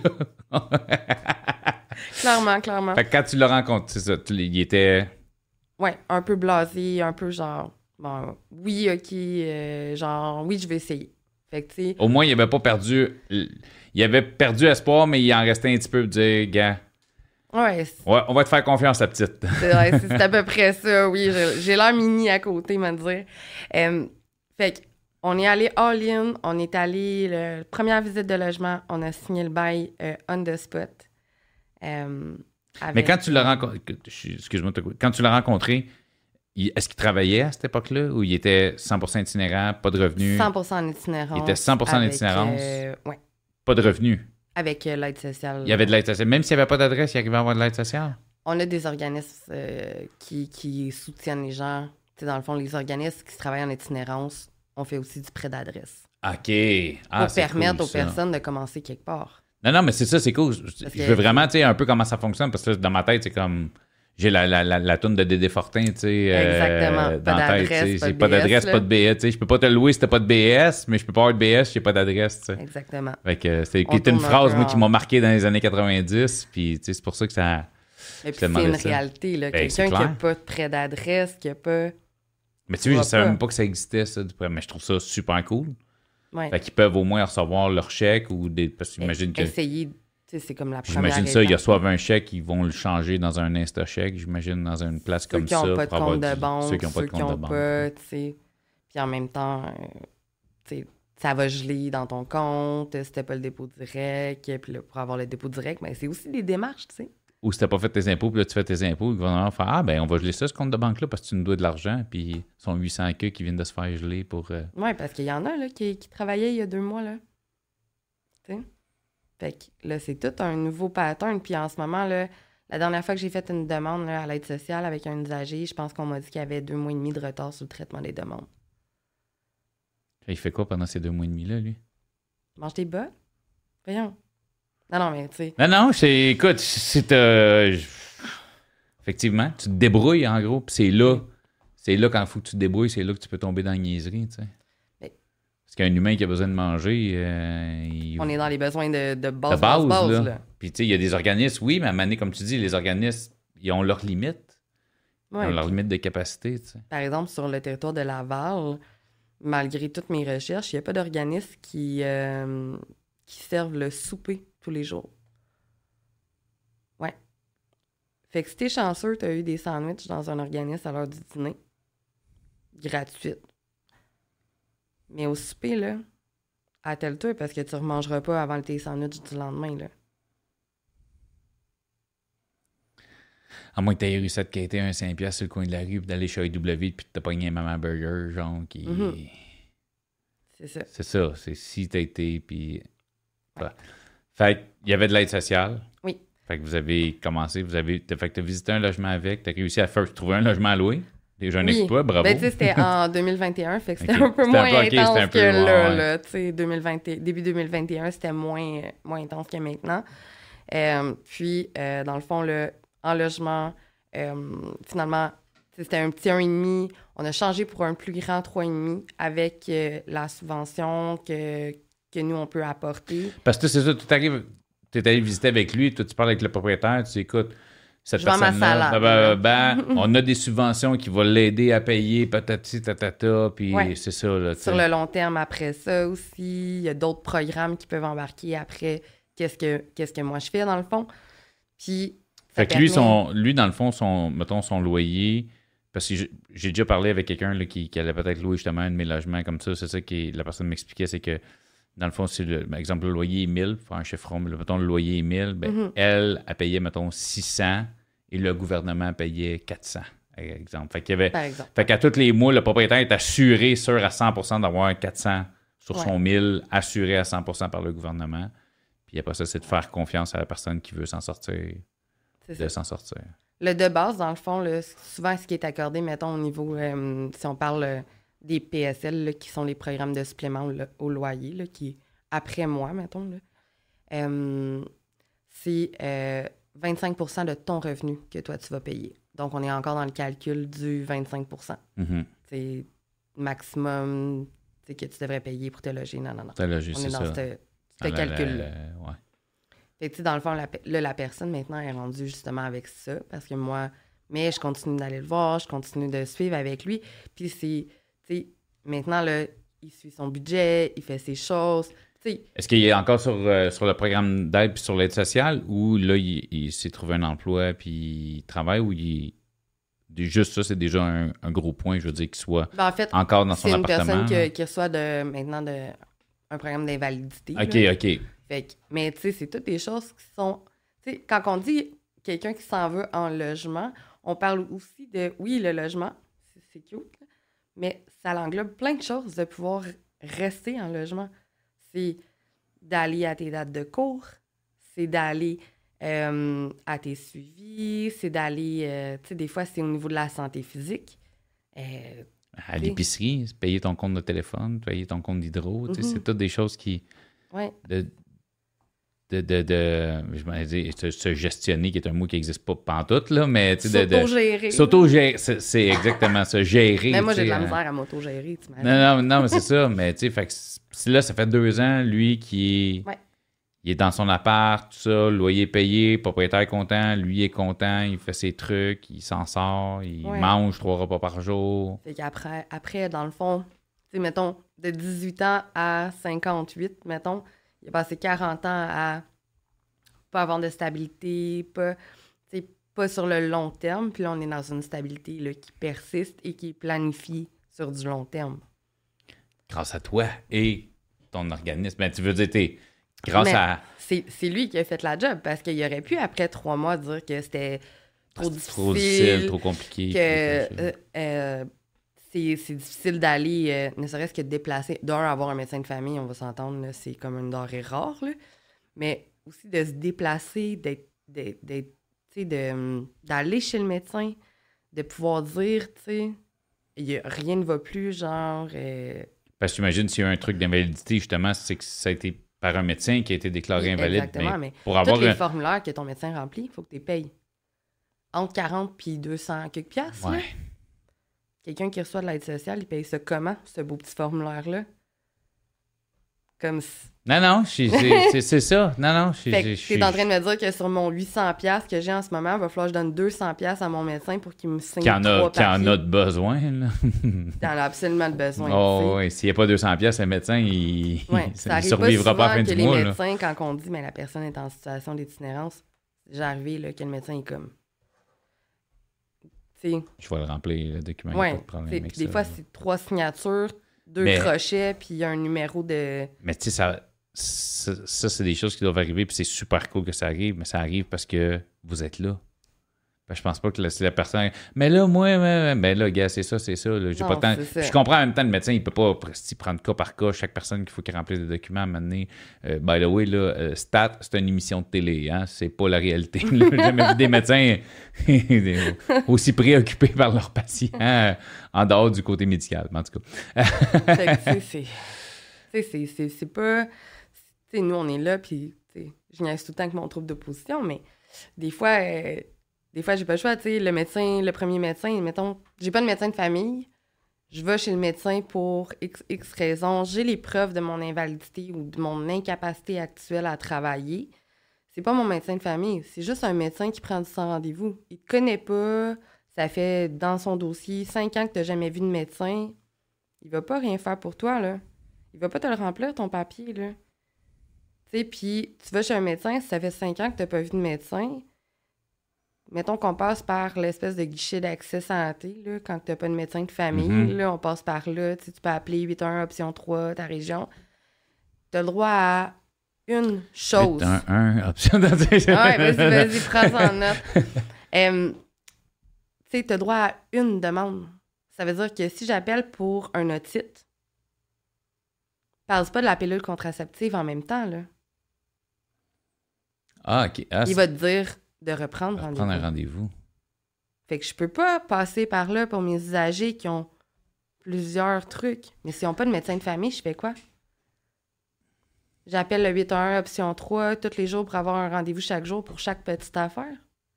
B: Clairement, clairement.
A: Fait que quand tu le rencontres, c'est ça, tu, il était...
B: Ouais, un peu blasé, un peu genre, bon, oui, OK, euh, genre, oui, je vais essayer. Fait que, tu sais...
A: Au moins, il avait pas perdu... Il avait perdu espoir, mais il en restait un petit peu pour dire, gars...
B: Ouais.
A: Ouais, on va te faire confiance, la petite.
B: C'est, ouais, c'est, c'est à peu près ça, oui. J'ai, j'ai l'air mini à côté, me dire. Euh, fait que, on est allé all-in, on est allé... Le, première visite de logement, on a signé le bail euh, on the spot. Euh, avec...
A: Mais quand tu l'as rencontré, excuse-moi, quand tu l'as rencontré, il, est-ce qu'il travaillait à cette époque-là ou il était cent pour cent itinérant, pas de revenus?
B: cent pour cent en itinérance.
A: Il était cent pour cent en
B: avec,
A: itinérance?
B: Euh, oui.
A: Pas de revenus?
B: Avec euh, l'aide sociale.
A: Il y avait de l'aide sociale. Même s'il n'y avait pas d'adresse, il arrivait à avoir de l'aide sociale?
B: On a des organismes euh, qui, qui soutiennent les gens. T'sais, dans le fond, les organismes qui travaillent en itinérance, on fait aussi du prêt d'adresse.
A: OK. Ah,
B: pour
A: c'est
B: permettre
A: cool,
B: aux
A: ça.
B: personnes de commencer quelque part.
A: Non, non, mais c'est ça, c'est cool. Je,
B: Parce
A: je
B: que-
A: veux vraiment, tu sais, un peu comment ça fonctionne, parce que là, dans ma tête, c'est comme... J'ai la, la, la, la toune de Dédé Fortin, tu sais,
B: Exactement.
A: euh,
B: Pas
A: dans la tête,
B: d'adresse,
A: tu sais.
B: pas
A: J'ai
B: de
A: pas
B: B S,
A: d'adresse,
B: là.
A: pas de B S, tu sais. Je peux pas te le louer si t'as pas de B S, mais je peux pas avoir de B S si j'ai pas d'adresse, tu sais.
B: Exactement.
A: Fait que c'est
B: On
A: qui était une
B: tourne un
A: phrase,
B: peu
A: moi,
B: en-
A: qui m'a marqué dans les années quatre-vingt-dix, puis tu sais, c'est pour ça que ça...
B: Et puis
A: Je te
B: c'est
A: demandais
B: une
A: ça.
B: réalité. Là.
A: Ben, c'est
B: Quelqu'un qui n'a
A: clair.
B: pas de prêt d'adresse, qui n'a pas...
A: Mais tu sais, je
B: vois
A: savais
B: pas.
A: même pas que ça existait, ça, du prêt, mais je trouve ça super cool.
B: Ouais.
A: Fait qu'ils peuvent au moins recevoir leur chèque ou des... Parce que j'imagine que...
B: Essayer, tu sais, c'est comme la première
A: J'imagine ça, ils
B: étape.
A: reçoivent un chèque, ils vont le changer dans un Insta-chèque, j'imagine, dans une place
B: Ceux
A: comme
B: qui
A: ça.
B: n'ont pas de
A: pour avoir
B: compte de
A: du-
B: banque,
A: Ceux qui n'ont pas de compte de banque.
B: pas, tu sais. Puis en même temps, euh, tu sais, ça va geler dans ton compte, si t'as pas le dépôt direct, puis là, pour avoir le dépôt direct, mais c'est aussi des démarches, tu sais.
A: Ou si t'as pas fait tes impôts, puis là, tu fais tes impôts, le gouvernement va faire « Ah, ben, on va geler ça, ce compte de banque-là, parce que tu nous dois de l'argent. » Puis, ils sont huit cents queues qui viennent de se faire geler pour... euh,
B: Oui, parce qu'il y en a là, qui, qui travaillaient il y a deux mois. Là. Tu sais? Fait que là, c'est tout un nouveau pattern. Puis en ce moment, là, la dernière fois que j'ai fait une demande là, à l'aide sociale avec un usager, je pense qu'on m'a dit qu'il y avait deux mois et demi de retard sur le traitement des demandes.
A: Il fait quoi pendant ces deux mois et demi-là, lui?
B: Mange tes bas? Voyons. Non, non, mais tu sais.
A: Non, non, c'est... Écoute, c'est... euh, je- Effectivement, tu te débrouilles, en gros, puis c'est là... C'est là, quand il faut que tu te débrouilles, c'est là que tu peux tomber dans la niaiserie, tu sais.
B: Mais-
A: Parce qu'un humain qui a besoin de manger, euh, il...
B: On est dans les besoins de, de base,
A: de base,
B: base,
A: là.
B: base, là.
A: Puis, tu sais, il y a des organismes, oui, mais à un moment donné, comme tu dis, les organismes, ils ont leurs limites. Ils
B: Ouais,
A: ont leurs
B: puis,
A: limites de capacité, tu sais.
B: par exemple, sur le territoire de Laval, malgré toutes mes recherches, il n'y a pas d'organisme qui, euh, qui servent le souper tous les jours. Ouais. Fait que si t'es chanceux, t'as eu des sandwichs dans un organisme à l'heure du dîner. Gratuite. Mais au souper, là, attelle-toi parce que tu ne remangeras pas avant tes sandwichs du lendemain, là.
A: À moins que tu aies réussi à te quitter un cinq piastres sur le coin de la rue, puis d'aller chez A E W, puis de te pogner un Maman Burger, genre, qui...
B: Mhm. C'est ça.
A: C'est ça, c'est si t'as été, puis... Ouais. Fait qu'il y avait de l'aide sociale.
B: Oui.
A: Fait que vous avez commencé, vous avez... Fait que t'as visité un logement avec, t'as réussi à faire trouver un logement à louer. Déjà un
B: Oui.
A: exploit, bravo.
B: Ben, tu sais, c'était en deux mille vingt et un, fait que c'était
A: Ok.
B: un peu
A: C'était un
B: moins
A: peu- ok, c'était
B: intense
A: un peu-
B: que
A: ouais,
B: là,
A: ouais.
B: là. Tu sais, deux mille vingt et- début deux mille vingt et un, c'était moins, euh, moins intense que maintenant. Euh, puis, euh, dans le fond, là, en logement, euh, finalement, tu sais, c'était un petit un virgule cinq. On a changé pour un plus grand trois virgule cinq avec euh, la subvention que, que nous, on peut apporter.
A: Parce que c'est ça, tu t'arrives, tu es allé visiter avec lui, toi, tu parles avec le propriétaire, tu dis, écoute, cette
B: Je vends ma
A: personne-là,
B: salade,
A: ben, ben, ben, on a des subventions qui vont l'aider à payer, patati, tatata, puis
B: Ouais.
A: c'est ça, là, tu
B: Sur
A: sais.
B: le long terme, après ça aussi, il y a d'autres programmes qui peuvent embarquer après qu'est-ce que, qu'est-ce que moi je fais, dans le fond. Puis, ça
A: Fait que lui,
B: permet-
A: son, lui, dans le fond, son, mettons, son loyer, parce que j'ai j'ai déjà parlé avec quelqu'un là, qui, qui allait peut-être louer justement un de mes logements comme ça, c'est ça que la personne m'expliquait, c'est que, dans le fond, si, le, par exemple, le loyer est mille, faire un chiffron, mais mettons, le loyer est mille, ben,
B: Mhm.
A: elle, elle payait, mettons, six cents et le gouvernement payait quatre cents, par exemple. Fait qu'il y avait...
B: Par exemple.
A: Fait qu'à tous les mois, le propriétaire est assuré, sûr à cent pour cent d'avoir un quatre cents sur
B: Ouais.
A: son mille, assuré à cent pour cent par le gouvernement. Puis après ça, c'est de faire confiance à la personne qui veut s'en sortir,
B: C'est
A: de
B: ça.
A: s'en sortir.
B: Le de base, dans le fond, là, souvent, ce qui est accordé, mettons, au niveau, euh, si on parle euh, des P S L, là, qui sont les programmes de supplément au, au loyer, là, qui est après moi, mettons, là, euh, c'est euh, vingt-cinq pour cent de ton revenu que toi, tu vas payer. Donc, on est encore dans le calcul du vingt-cinq pour cent.
A: Mhm.
B: C'est maximum c'est que tu devrais payer pour te loger. Non, non, non.
A: T'as logé,
B: On
A: c'est
B: est
A: ça.
B: dans ce, ce
A: Dans la-
B: calcul-là.
A: la- la- ouais.
B: Fait que, tu sais, dans le fond, la, pe- là, la personne, maintenant, est rendue justement avec ça. Parce que moi, mais je continue d'aller le voir, je continue de suivre avec lui. Puis c'est, tu sais, maintenant, là, il suit son budget, il fait ses choses. Tu sais,
A: Est-ce qu'il est encore sur, euh, sur le programme d'aide puis sur l'aide sociale ou là, il, il s'est trouvé un emploi puis il travaille ou il... Juste ça, c'est déjà un, un gros point, je veux dire, qu'il soit
B: ben, en fait,
A: encore dans son
B: c'est une
A: appartement.
B: personne
A: là.
B: que- qui reçoit de, maintenant de, un programme d'invalidité.
A: OK,
B: là.
A: OK.
B: Fait que- mais tu sais, c'est toutes des choses qui sont... Tu sais, quand on dit quelqu'un qui s'en veut en logement, on parle aussi de, oui, le logement, c'est cute, là. Mais ça englobe plein de choses de pouvoir rester en logement. C'est d'aller à tes dates de cours, c'est d'aller euh, à tes suivis, c'est d'aller... Euh, tu sais, des fois, c'est au niveau de la santé physique. Euh,
A: à l'épicerie, payer ton compte de téléphone, payer ton compte d'hydro, mm-hmm. C'est toutes des choses qui...
B: Ouais.
A: De, de, de, de je m'en dire, se, se gestionner, qui est un mot qui n'existe pas pantoute, là, mais...
B: S'auto-gérer.
A: S'auto-gérer, c'est, c'est exactement ça, gérer.
B: Mais moi, j'ai de la misère à m'auto-gérer, tu m'as
A: Non, non, non, mais c'est ça, mais tu sais, fait que là, ça fait deux ans, lui, qui...
B: Ouais.
A: Il est dans son appart, tout ça, loyer payé, propriétaire content, lui est content, il fait ses trucs, il s'en sort, il ouais. mange trois repas par jour.
B: Fait qu'après, après, dans le fond, tu sais, mettons, de dix-huit ans à cinquante-huit, mettons, il a passé quarante ans à pas avoir de stabilité, pas, tu sais, pas sur le long terme, puis là, on est dans une stabilité là, qui persiste et qui est planifiée sur du long terme.
A: Grâce à toi et ton organisme. Ben, tu veux dire, t'es... Grâce
B: Mais
A: à...
B: C'est, c'est lui qui a fait la job, parce qu'il aurait pu, après trois mois, dire que c'était trop difficile.
A: Trop difficile, trop compliqué.
B: Que euh, euh, c'est, c'est difficile d'aller, euh, ne serait-ce que de déplacer. D'un, avoir un médecin de famille, on va s'entendre, là, c'est comme une denrée rare, là. Mais aussi de se déplacer, d'être, d'être, d'être tu sais, de, d'aller chez le médecin, de pouvoir dire, tu sais, y a, rien ne va plus, genre... Euh...
A: Parce que j'imagine s'il y a un truc d'invalidité, justement, c'est que ça a été... par un médecin qui a été déclaré oui, invalide.
B: Exactement, mais, mais
A: pour avoir
B: tous les
A: un...
B: formulaires que ton médecin remplit, il faut que tu les payes. Entre quarante puis deux cents quelques piastres.
A: Ouais.
B: Là. Quelqu'un qui reçoit de l'aide sociale, il paye ça comment, ce beau petit formulaire-là? Comme si...
A: Non, non, c'est, c'est, c'est ça. Non, non, je
B: Fait que t'es en train de me dire que sur mon huit cents piastres que j'ai en ce moment, il va falloir que je donne deux cents piastres à mon médecin pour qu'il me signe
A: trois papiers. Qui en a de besoin, là.
B: Il en a absolument de besoin.
A: Oh, oui. S'il n'y a pas deux cents piastres, le médecin, il
B: ouais,
A: ne survivra pas, pas à la fin
B: que
A: du
B: les
A: mois.
B: Les médecins,
A: là.
B: quand on dit mais la personne est en situation d'itinérance, c'est déjà arrivé là, que le médecin est comme... T'sais...
A: Je vais le remplir, le document.
B: Ouais,
A: pas de problème avec
B: des
A: ça,
B: fois,
A: là.
B: c'est trois signatures, deux
A: mais...
B: crochets, puis il y a un numéro de...
A: Mais tu sais, ça... Ça, ça, c'est des choses qui doivent arriver, puis c'est super cool que ça arrive, mais ça arrive parce que vous êtes là. Ben, je pense pas que la, la personne... Mais là, moi, mais, mais là, gars, c'est ça, c'est ça. Là, j'ai
B: non,
A: pas temps... Je comprends en même temps, le médecin, il peut pas prendre cas par cas chaque personne qu'il faut qu'il remplisse des documents à mener. Euh, by the way, là, euh, Stat, c'est une émission de télé, hein? C'est pas la réalité. J'ai jamais vu des médecins aussi préoccupés par leurs patients euh, en dehors du côté médical, en tout cas.
B: Fait que, c'est... C'est, c'est, c'est, c'est pas... T'sais, nous, on est là, puis je niaise tout le temps avec mon trouble d'opposition, mais des fois, euh, des fois, j'ai pas le choix. T'sais, le médecin, le premier médecin, mettons, j'ai pas de médecin de famille, je vais chez le médecin pour X, X raisons, j'ai les preuves de mon invalidité ou de mon incapacité actuelle à travailler. C'est pas mon médecin de famille, c'est juste un médecin qui prend du sans rendez-vous. Il te connaît pas, ça fait dans son dossier cinq ans que t'as jamais vu de médecin. Il va pas rien faire pour toi, là. Il va pas te le remplir, ton papier, là. Tu sais, puis tu vas chez un médecin, si ça fait cinq ans que t'as pas vu de médecin, mettons qu'on passe par l'espèce de guichet d'accès santé, là, quand t'as pas de médecin de famille, mm-hmm. là, on passe par là, tu sais, tu peux appeler huit un un option trois, ta région. T'as le droit à une chose.
A: huit un un option trois.
B: Ouais, vas-y, vas-y, prends ça en note. um, tu sais, t'as le droit à une demande. Ça veut dire que si j'appelle pour un otite, parle pas de la pilule contraceptive en même temps, là.
A: Ah, OK. Ah,
B: il va te dire de reprendre
A: de
B: rendez-vous.
A: Prendre un rendez-vous.
B: Fait que je peux pas passer par là pour mes usagers qui ont plusieurs trucs. Mais s'ils n'ont pas de médecin de famille, je fais quoi? J'appelle le huit un un option trois tous les jours pour avoir un rendez-vous chaque jour pour chaque petite affaire.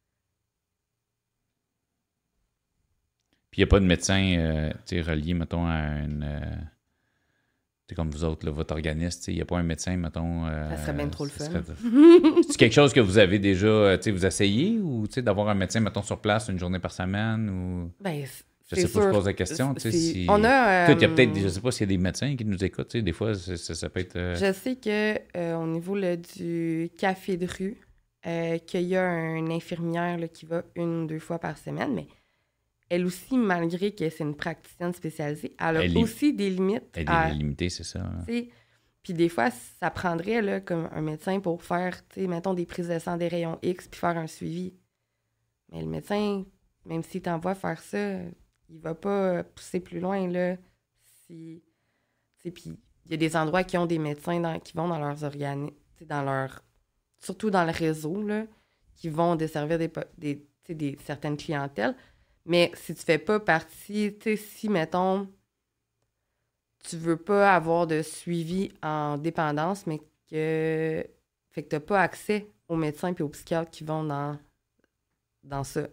A: Puis il n'y a pas de médecin euh, relié, mettons, à une... Euh... C'est comme vous autres, là, votre organisme, il n'y a pas un médecin, mettons... Euh,
B: ça serait bien trop le fun.
A: Serait... C'est quelque chose que vous avez déjà, tu sais, vous essayez ou d'avoir un médecin, mettons, sur place une journée par semaine ou...
B: Ben,
A: je sais pas,
B: sûr.
A: je pose la question, tu sais, si...
B: On a...
A: Euh... Il y a peut-être, je sais pas s'il y a des médecins qui nous écoutent, tu sais, des fois, ça, ça peut être... Euh...
B: Je sais que euh, au niveau là, du café de rue, euh, qu'il y a une infirmière là, qui va une ou deux fois par semaine, mais... Elle aussi, malgré que c'est une praticienne spécialisée, elle a elle aussi est... des limites.
A: Elle
B: à,
A: est limitée, c'est ça. Hein.
B: Puis des fois, ça prendrait là, comme un médecin pour faire, mettons, des prises de sang des rayons X puis faire un suivi. Mais le médecin, même s'il t'envoie faire ça, il va pas pousser plus loin, là. Si... Puis il y a des endroits qui ont des médecins dans, qui vont dans leurs organismes, dans leur... surtout dans le réseau, là, qui vont desservir des, des, des, certaines clientèles. Mais si tu fais pas partie, tu sais, si, mettons, tu veux pas avoir de suivi en dépendance, mais que... Fait que t'as pas accès aux médecins et aux psychiatres qui vont dans, dans ça.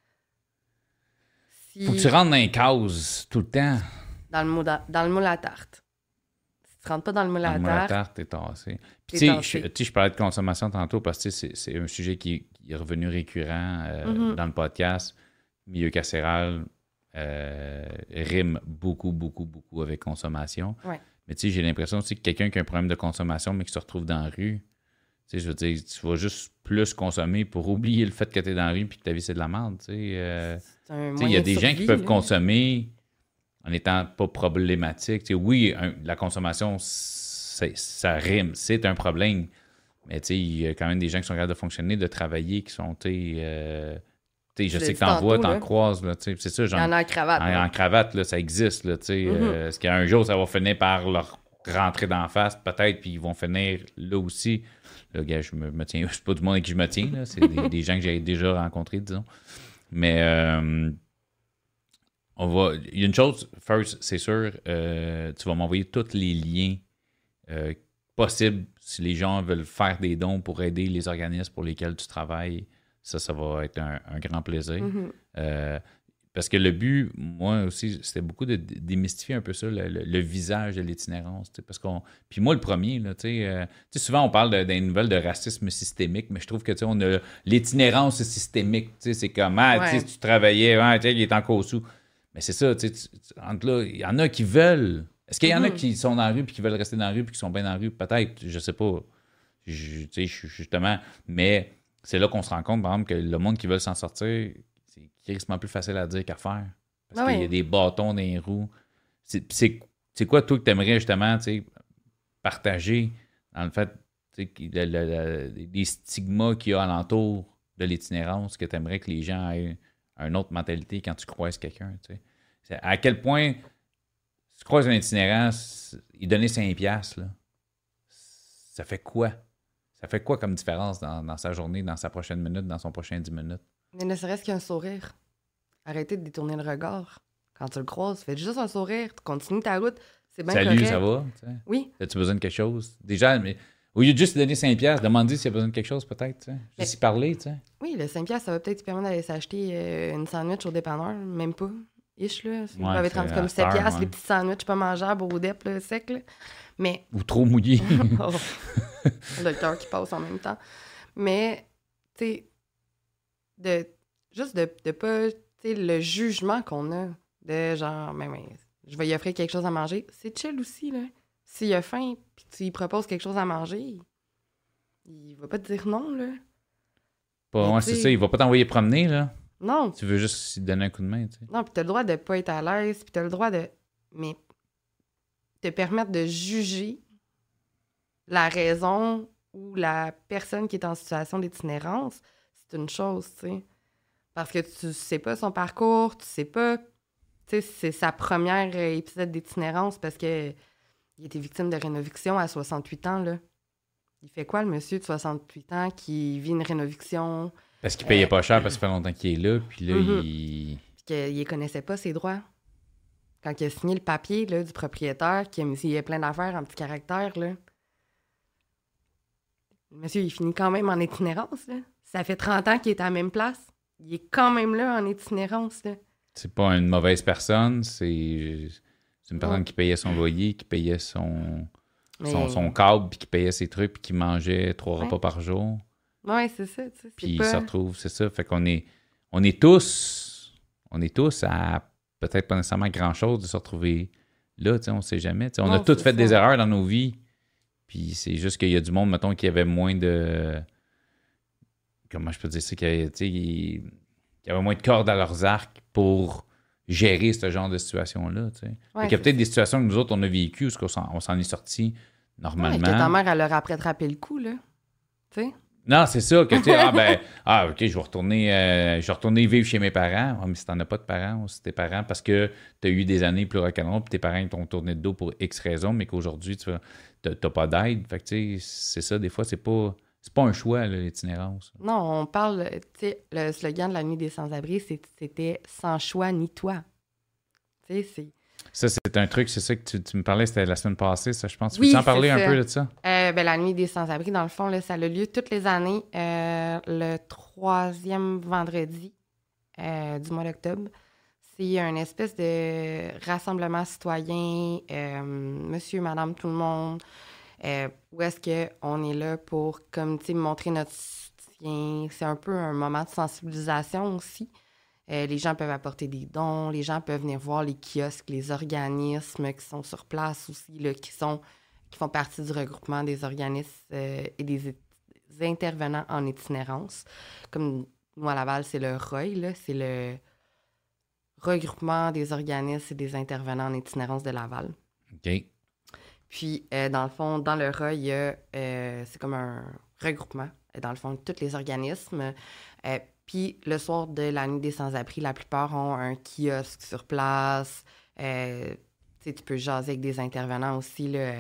B: Si...
A: Faut que tu rentres dans les cases tout le temps.
B: Dans le moule à, dans le moule à tarte. Si tu rentres pas dans le moule à tarte...
A: Dans le moule à tarte, t'es tassé. Puis tu sais, je, je parlais de consommation tantôt parce que c'est, c'est un sujet qui, qui est revenu récurrent euh, mm-hmm. dans le podcast. Milieu carcéral euh, rime beaucoup, beaucoup, beaucoup avec consommation.
B: Ouais.
A: Mais tu sais, j'ai l'impression aussi que quelqu'un qui a un problème de consommation mais qui se retrouve dans la rue, tu sais, je veux dire, tu vas juste plus consommer pour oublier le fait que tu es dans la rue et que ta vie, c'est de la merde. Tu sais, euh, il y a des gens qui peuvent là. consommer en n'étant pas problématiques. Tu sais, oui, un, la consommation, ça rime, c'est un problème. Mais tu sais, il y a quand même des gens qui sont capables de fonctionner, de travailler, qui sont... Euh, je, je sais que t'en vois, t'en croises. Là, c'est ça, genre,
B: il y en a en cravate.
A: En, en cravate, là, ça existe. Là, mm-hmm. euh, est-ce qu'un jour, ça va finir par leur rentrer d'en face, peut-être, puis ils vont finir là aussi. Là, gars, je me, me tiens, c'est pas du monde avec qui je me tiens, là, c'est des, des gens que j'ai déjà rencontrés, disons. Mais euh, on va. Il y a une chose, first, c'est sûr, euh, tu vas m'envoyer tous les liens euh, possibles si les gens veulent faire des dons pour aider les organismes pour lesquels tu travailles. Ça, ça va être un, un grand plaisir. Mm-hmm. Euh, parce que le but, moi aussi, c'était beaucoup de démystifier un peu ça, le, le, le visage de l'itinérance. Parce qu'on... Puis moi, le premier, là, euh, souvent, on parle de, des nouvelles de racisme systémique, mais je trouve que on a l'itinérance systémique. C'est comme, ah, ouais. tu travaillais, ah, il est encore sous. Mais c'est ça, tu, entre là, il y en a qui veulent. Est-ce qu'il y en mm-hmm. a qui sont dans la rue et qui veulent rester dans la rue et qui sont bien dans la rue? Peut-être, je sais pas. Je, justement, mais... C'est là qu'on se rend compte, par exemple, que le monde qui veut s'en sortir, c'est quasiment plus facile à dire qu'à faire. Parce ah qu'il oui. y a des bâtons dans les roues. C'est, c'est, c'est quoi, toi, que tu aimerais justement partager dans le fait, le, le, le, les stigmas qu'il y a alentour de l'itinérance, que tu aimerais que les gens aient une autre mentalité quand tu croises quelqu'un? C'est à quel point tu croises un itinérant, il donnait cinq piastres, là. Ça fait quoi? Ça fait quoi comme différence dans, dans sa journée, dans sa prochaine minute, dans son prochain dix minutes?
B: Mais ne serait-ce qu'un sourire. Arrêtez de détourner le regard. Quand tu le croises, fais juste un sourire. Tu continues ta route. C'est bien
A: Salut,
B: correct.
A: ça va? T'sais.
B: Oui.
A: As-tu besoin de quelque chose? Déjà, mais au lieu de juste donner cinq piastres, demande-lui s'il y a besoin de quelque chose, peut-être. T'sais. Juste y parler. T'sais.
B: Oui, le cinq piastres, ça va peut-être te permettre d'aller s'acheter euh, une sandwich au dépanneur. Même pas. Ish, là. Ils ouais, être rendu comme sept piastres, ouais. Les petits sandwichs pas mangeables au dep, là, sec, là. Mais...
A: Ou trop mouillé.
B: Oh. Le cœur qui passe en même temps. Mais, tu sais, de, juste de, de pas, tu sais, le jugement qu'on a de genre, ben, ben, je vais lui offrir quelque chose à manger, c'est chill aussi, là. S'il a faim, puis tu lui proposes quelque chose à manger, il va pas te dire non, là.
A: Pas, ouais, c'est ça, il va pas t'envoyer promener, là.
B: Non.
A: Tu veux juste lui donner un coup de main, tu sais.
B: Non, puis t'as le droit de pas être à l'aise, puis t'as le droit de... Mais te permettre de juger la raison ou la personne qui est en situation d'itinérance, c'est une chose, tu sais. Parce que tu sais pas son parcours, tu sais pas... Tu sais, c'est sa première épisode d'itinérance parce que il était victime de rénoviction à soixante-huit ans, là. Il fait quoi, le monsieur de soixante-huit ans qui vit une rénoviction?
A: Parce qu'il payait euh, pas cher parce que ça fait longtemps qu'il est là, puis là, mm-hmm. il...
B: Puis qu'il ne connaissait pas ses droits. Quand il a signé le papier là, du propriétaire, qui a mis il y a plein d'affaires en petit caractère, là. Le monsieur, il finit quand même en itinérance, là. Ça fait trente ans qu'il est à la même place. Il est quand même là en itinérance, là. C'est
A: pas une mauvaise personne, c'est, c'est une personne ouais. qui payait son loyer, qui payait son, Mais... son, son câble, puis qui payait ses trucs, puis qui mangeait trois ouais. repas par jour.
B: Oui, c'est ça. Tu sais,
A: puis
B: pas...
A: il se retrouve, c'est ça. Fait qu'on est, on est tous, on est tous à peut-être pas nécessairement grand-chose de se retrouver là, tu sais, on sait jamais. Tu sais, on non, a tous fait ça. Des erreurs dans nos vies, puis c'est juste qu'il y a du monde, mettons, qui avait moins de... Comment je peux dire ça? Qui avait, tu sais, qui avait moins de cordes à leurs arcs pour gérer ce genre de situation-là, tu sais. Ouais, il y a peut-être ça. Des situations que nous autres, on a vécues, parce qu'on s'en, on s'en est sortis normalement. Ouais,
B: que ta mère, elle leur a rattrapé le coup, là. Tu sais?
A: Non, c'est ça, que tu sais, ah ben, ah, OK, je vais retourner, euh, je vais retourner vivre chez mes parents. Ah, mais si t'en as pas de parents, ou si tes parents, parce que tu as eu des années plus rock'n'roll, puis tes parents t'ont tourné de dos pour X raisons, mais qu'aujourd'hui, tu n'as pas d'aide. Fait que, tu sais, c'est ça, des fois, c'est pas, c'est pas un choix, là, l'itinérance.
B: Non, on parle, tu sais, le slogan de la Nuit des sans-abri, c'était « Sans choix ni toi ». Tu sais, c'est...
A: Ça, c'est un truc, c'est ça que tu, tu me parlais, c'était la semaine passée, ça, je pense. Tu
B: oui,
A: peux en parler un
B: ça.
A: peu de ça?
B: Euh, ben, la Nuit des sans-abri, dans le fond, là, ça a lieu toutes les années, euh, le troisième vendredi euh, du mois d'octobre. C'est une espèce de rassemblement citoyen, euh, monsieur, madame, tout le monde, euh, où est-ce qu'on est là pour, comme, tu sais, montrer notre soutien. C'est un peu un moment de sensibilisation aussi. Euh, les gens peuvent apporter des dons, les gens peuvent venir voir les kiosques, les organismes qui sont sur place aussi, là, qui, sont, qui font partie du regroupement des organismes euh, et des, é- des intervenants en itinérance. Comme nous, à Laval, c'est le R O I, là, c'est le regroupement des organismes et des intervenants en itinérance de Laval.
A: OK.
B: Puis, euh, dans le fond, dans le R O I, il y a, euh, c'est comme un regroupement, dans le fond, de tous les organismes. Euh, Puis le soir de la Nuit des sans-abri, la plupart ont un kiosque sur place. Euh, tu peux jaser avec des intervenants aussi. Là.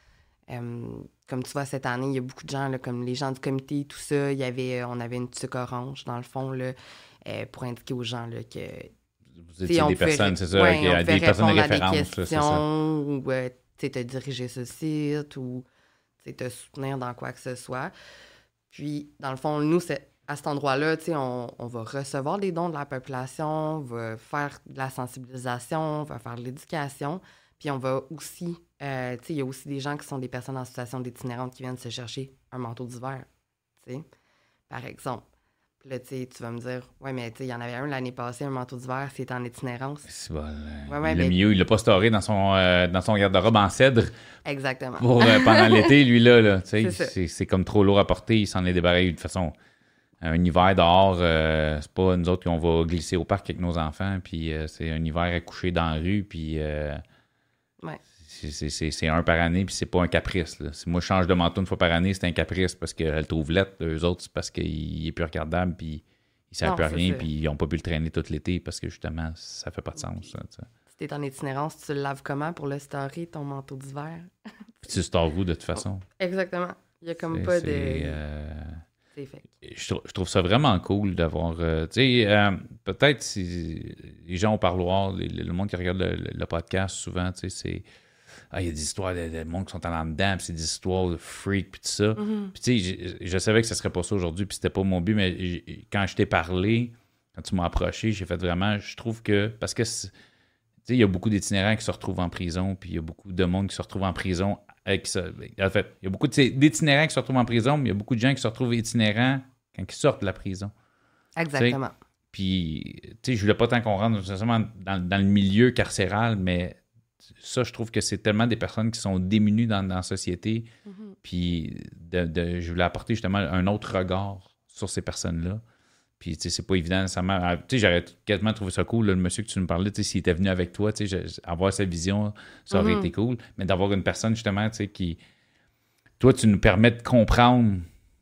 B: Euh, comme tu vois, cette année, il y a beaucoup de gens, là, comme les gens du comité, tout ça. Il y avait, on avait une tuque orange, dans le fond, là, euh, pour indiquer aux gens là, que...
A: Vous étiez des personnes,
B: ré-
A: c'est ça,
B: ouais,
A: qui a
B: on
A: des personnes de
B: répondre à
A: référence.
B: des
A: là, c'est ça.
B: questions, ou euh, te diriger sur le site, ou te soutenir dans quoi que ce soit. Puis, dans le fond, nous, c'est... À cet endroit-là, on, on va recevoir des dons de la population, on va faire de la sensibilisation, on va faire de l'éducation, puis on va aussi, euh, il y a aussi des gens qui sont des personnes en situation d'itinérante qui viennent se chercher un manteau d'hiver, t'sais, par exemple. Puis là, tu vas me dire, ouais, mais il y en avait un l'année passée, un manteau d'hiver, c'était en itinérance.
A: C'est bon, euh,
B: Ouais, ouais,
A: le
B: mais-
A: milieu, il l'a pas storé dans son, euh, dans son garde-robe en cèdre
B: Exactement.
A: pour, euh, pendant l'été, lui, là. là tu sais,
B: C'est ça.
A: c'est, c'est comme trop lourd à porter, il s'en est débarrassé de toute façon. Un hiver dehors, euh, c'est pas nous autres qu'on va glisser au parc avec nos enfants, puis euh, c'est un hiver à coucher dans la rue, puis euh,
B: Ouais.
A: c'est, c'est, c'est, c'est un par année, puis c'est pas un caprice. Là. Si moi je change de manteau une fois par année, c'est un caprice parce qu'elle trouve lettre. Eux autres, c'est parce qu'il est plus regardable, puis il ne sert
B: Non,
A: plus à
B: c'est
A: rien,
B: ça.
A: puis ils n'ont pas pu le traîner tout l'été parce que justement, ça fait pas de sens. Ça, tu sais.
B: Si t'es en itinérance, tu le laves comment pour le storer, ton manteau d'hiver?
A: Puis tu stores où de toute façon?
B: Exactement. Il y a comme
A: C'est-
B: pas
A: c'est,
B: de...
A: euh,
B: C'est fait.
A: Je, trou- je trouve ça vraiment cool d'avoir. euh, tu sais, euh, peut-être si les gens au parloir, les- le monde qui regarde le, le podcast, souvent, tu sais, c'est. Ah, il y a des histoires de, de monde qui sont en dedans, puis c'est des histoires de freak, puis tout ça.
B: Mhm.
A: Puis tu sais, je, je savais que ce serait pas ça aujourd'hui, puis c'était pas mon but, mais j'ai- quand je t'ai parlé, quand tu m'as approché, j'ai fait vraiment. Je trouve que. Parce que. c'est- Tu sais, il y a beaucoup d'itinérants qui se retrouvent en prison, puis il y a beaucoup de monde qui se retrouve en prison. Avec ça. En fait, il y a beaucoup de- d'itinérants qui se retrouvent en prison, mais il y a beaucoup de gens qui se retrouvent itinérants quand ils sortent de la prison.
B: Exactement.
A: Puis, tu sais, je voulais pas tant qu'on rentre nécessairement dans, dans le milieu carcéral, mais ça, je trouve que c'est tellement des personnes qui sont démunies dans, dans la société.
B: Mhm.
A: Puis, de, de- je voulais apporter justement un autre regard sur ces personnes-là. Puis, tu sais, c'est pas évident nécessairement. Ah, tu sais, j'aurais quasiment trouvé ça cool, là, le monsieur que tu nous parlais, tu sais, s'il était venu avec toi, tu sais, je- avoir sa vision, ça aurait
B: Mhm.
A: été cool. Mais d'avoir une personne, justement, tu sais, qui. Toi, tu nous permets de comprendre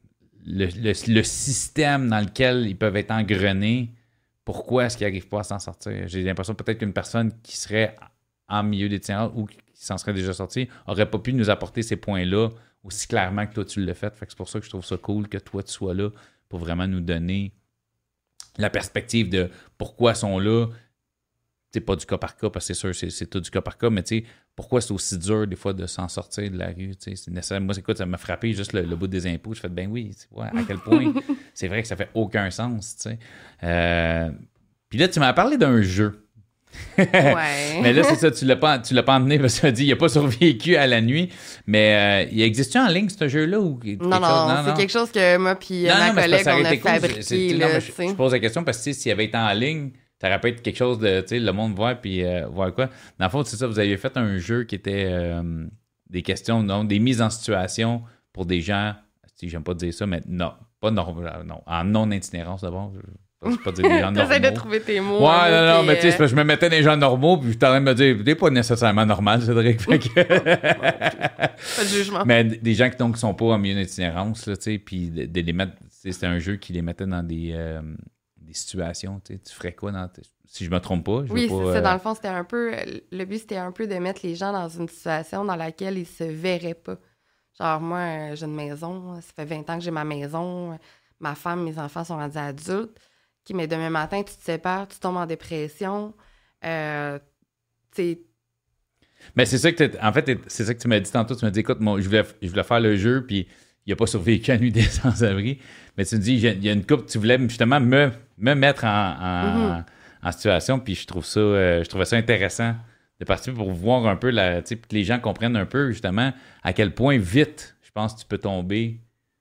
A: le, le- le système dans lequel ils peuvent être engrenés. Pourquoi est-ce qu'ils n'arrivent pas à s'en sortir? J'ai l'impression peut-être qu'une personne qui serait en milieu d'itinérance ou qui s'en serait déjà sortie n'aurait pas pu nous apporter ces points-là aussi clairement que toi, tu l'as fait. Fait que c'est pour ça que je trouve ça cool que toi, tu sois là pour vraiment nous donner la perspective de pourquoi ils sont là. C'est pas du cas par cas, parce que c'est sûr, c'est, c'est tout du cas par cas, mais tu sais, pourquoi c'est aussi dur des fois de s'en sortir de la rue? Tu sais, c'est nécessaire. Moi, c'est quoi, ça m'a frappé juste le, le bout des impôts. Je fais ben oui, tu vois, à quel point c'est vrai que ça fait aucun sens, tu sais. Euh, Puis là, tu m'as parlé d'un jeu.
B: Ouais.
A: Mais là, c'est ça, tu l'as pas, tu l'as pas emmené parce que tu as dit qu'il n'a pas survécu à la nuit. Mais euh, il existe-tu en ligne, ce jeu-là? Ou quelque
B: Non, non,
A: chose?
B: c'est quelque chose que moi puis
A: Non,
B: ma
A: non, mais c'est parce
B: collègue,
A: que ça aurait
B: on a
A: été cool. C'est-
B: fabriqué.
A: c'est- non,
B: là,
A: mais
B: tu
A: je,
B: sais.
A: je pose la question parce que tu sais, s'il avait été en ligne, ça aurait pu être quelque chose de, tu sais, le monde voir puis euh, voir quoi. Dans le fond, c'est ça, vous aviez fait un jeu qui était euh, des questions, non, des mises en situation pour des gens, si j'aime pas dire ça, mais non, pas non, non en non-itinérance d'abord, Je peux pas dire des gens normaux.
B: T'essaies de trouver tes mots.
A: Ouais,
B: hein,
A: non, non,
B: t'es,
A: mais tu sais,
B: euh,
A: c'est parce que je me mettais des gens normaux, puis je t'en train de me dire, t'es pas nécessairement normal, Cédric. Fait que...
B: Pas de jugement.
A: Mais des gens qui, donc, qui sont pas en milieu d'itinérance, là, tu sais, puis de, de les mettre, c'était un jeu qui les mettait dans des, euh, des situations, tu sais, tu ferais quoi dans... T- si je me trompe pas, je
B: Oui,
A: veux pas,
B: c'est ça.
A: euh,
B: Dans le fond, c'était un peu... Le but, c'était un peu de mettre les gens dans une situation dans laquelle ils se verraient pas. Genre, moi, euh, j'ai une maison, ça fait vingt ans que j'ai ma maison, ma femme, mes enfants sont rendus adultes. OK, mais demain matin, tu te sépares, tu tombes en dépression. Euh, tu sais...
A: Mais c'est ça que t'es- en fait, t'es- c'est ça que tu m'as dit tantôt. Tu m'as dit, écoute, moi, je, voulais, je voulais faire le jeu, puis il n'a pas survécu à la nuit des sans-abri. Mais tu me dis, il y a une couple, tu voulais justement me, me mettre en, en,
B: Mm-hmm.
A: en situation, puis je trouve ça, euh, je trouvais ça intéressant de participer pour voir un peu, la, tu sais, puis que les gens comprennent un peu, justement, à quel point vite, je pense, tu peux tomber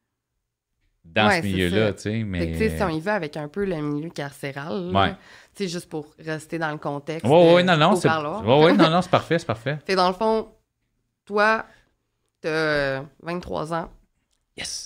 A: dans
B: Ouais,
A: ce
B: c'est
A: milieu-là,
B: ça.
A: tu sais.
B: Fait
A: Mais...
B: que, tu sais, si on y va avec un peu le milieu carcéral, là,
A: Ouais.
B: tu sais, juste pour rester dans le contexte.
A: Ouais,
B: de
A: ouais, non, non,
B: Au
A: c'est...
B: parloir.
A: Ouais, ouais, non, non, c'est parfait, c'est parfait.
B: Fait dans le fond, toi, t'as euh, vingt-trois ans,
A: Yes!